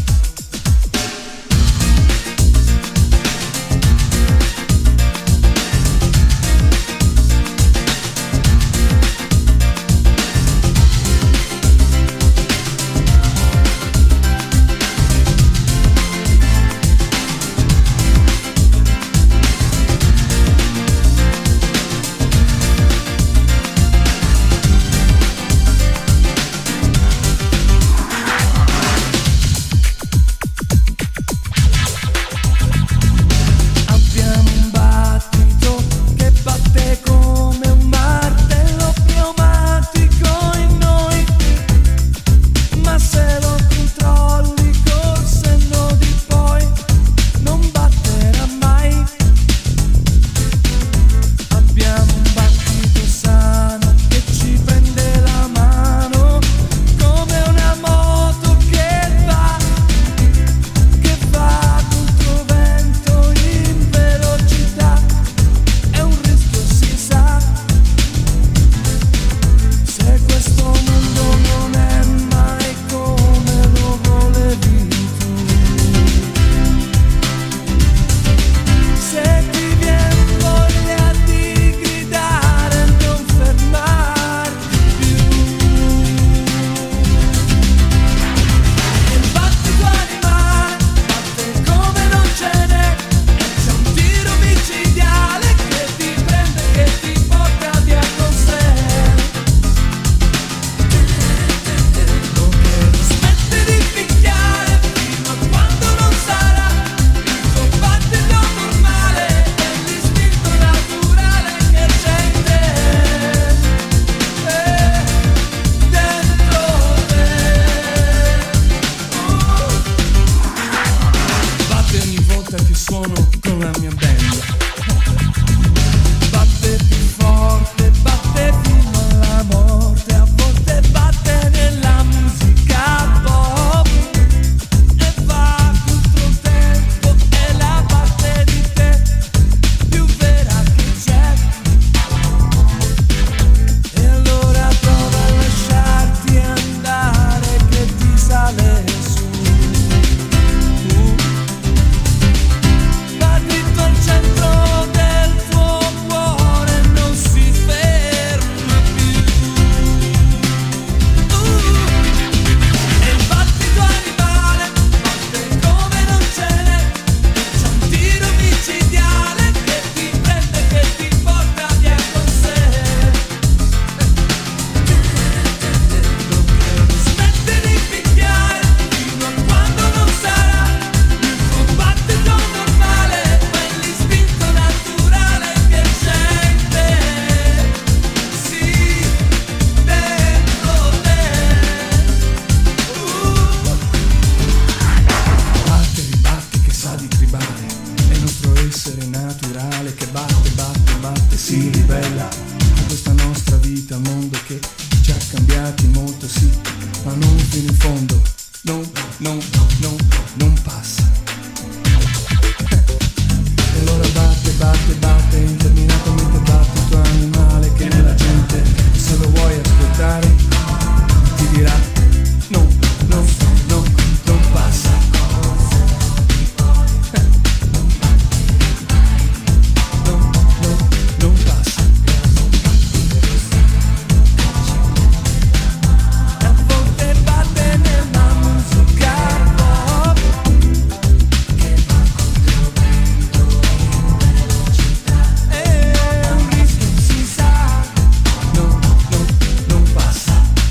Abbiamo un battito che batte come un martello pneumatico in noi, ma se lo controlli col senno di poi non batterà mai. Abbiamo un battito sano che ci prende la mano come una moto che va, che va contro vento in velocità. È un rischio, si sa, se questo mondo non è mai come lo volevi tu. Se ti viene voglia di gridare, non fermarti più. Il battito animale batte come non ce n'è, e c'è un tiro micidiale che ti prende, che ti porta via con sé. Non che smette di picchiare fino a quando non sarà il tuo battito normale, è l'istinto naturale che c'è in te, eh, dentro te. Uh. Batte ogni volta che suono con la mia band. Batte più forte, batte fino alla morte, a volte batte nella musica pop e va contro tempo, è la parte di te più vera che c'è. E allora prova a lasciarti andare che ti sale su. Uh. essere naturale che batte, batte, batte, si ribella a questa nostra vita, al mondo che ci ha cambiati molto, sì, ma non fino in fondo, non, non, non, non passa. E allora batte, batte, batte, interminabilmente batte il tuo animale che nella gente, se lo vuoi ascoltare, ti dirà no, no, no, non passa. No, no, non passa. A volte batte nella musica pop che va contro vento in velocità. È un rischio, si sa. No, no, non passa.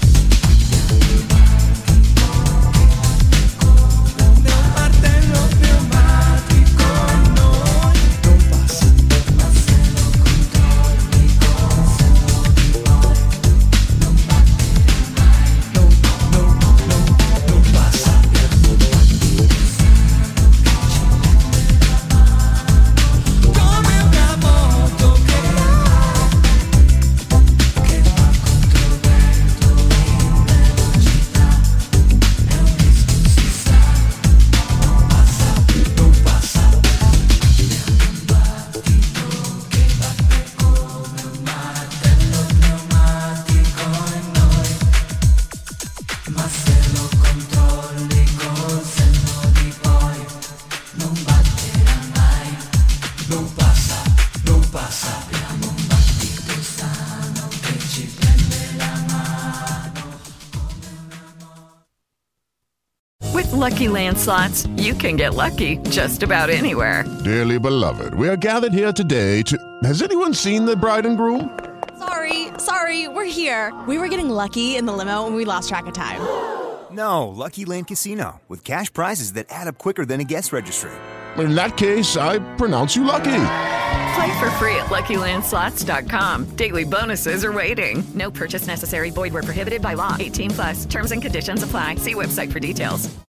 Un martello pneumatico noi non passa. Ma se lo controlli con senno di poi non batterà mai. No, no, no, non passa. Come una moto che che va contro vento in velocità. È un rischio, si sa. Non passa, non passa. È un battito che batte come un martello pneumatico in noi. Ma se lo controlli col senno di poi non batterà mai. Non passa, non passa. Abbiamo un battito sano che ci prende la mano. With Lucky Land Slots, you can get lucky just about anywhere. Dearly beloved, we are gathered here today to... Has anyone seen the bride and groom? Sorry, sorry, we're here. We were getting lucky in the limo and we lost track of time. No, Lucky Land Casino, with cash prizes that add up quicker than a guest registry. In that case, I pronounce you lucky. Play for free at Lucky Land Slots dot com. Daily bonuses are waiting. No purchase necessary. Void where prohibited by law. eighteen plus. Terms and conditions apply. See website for details.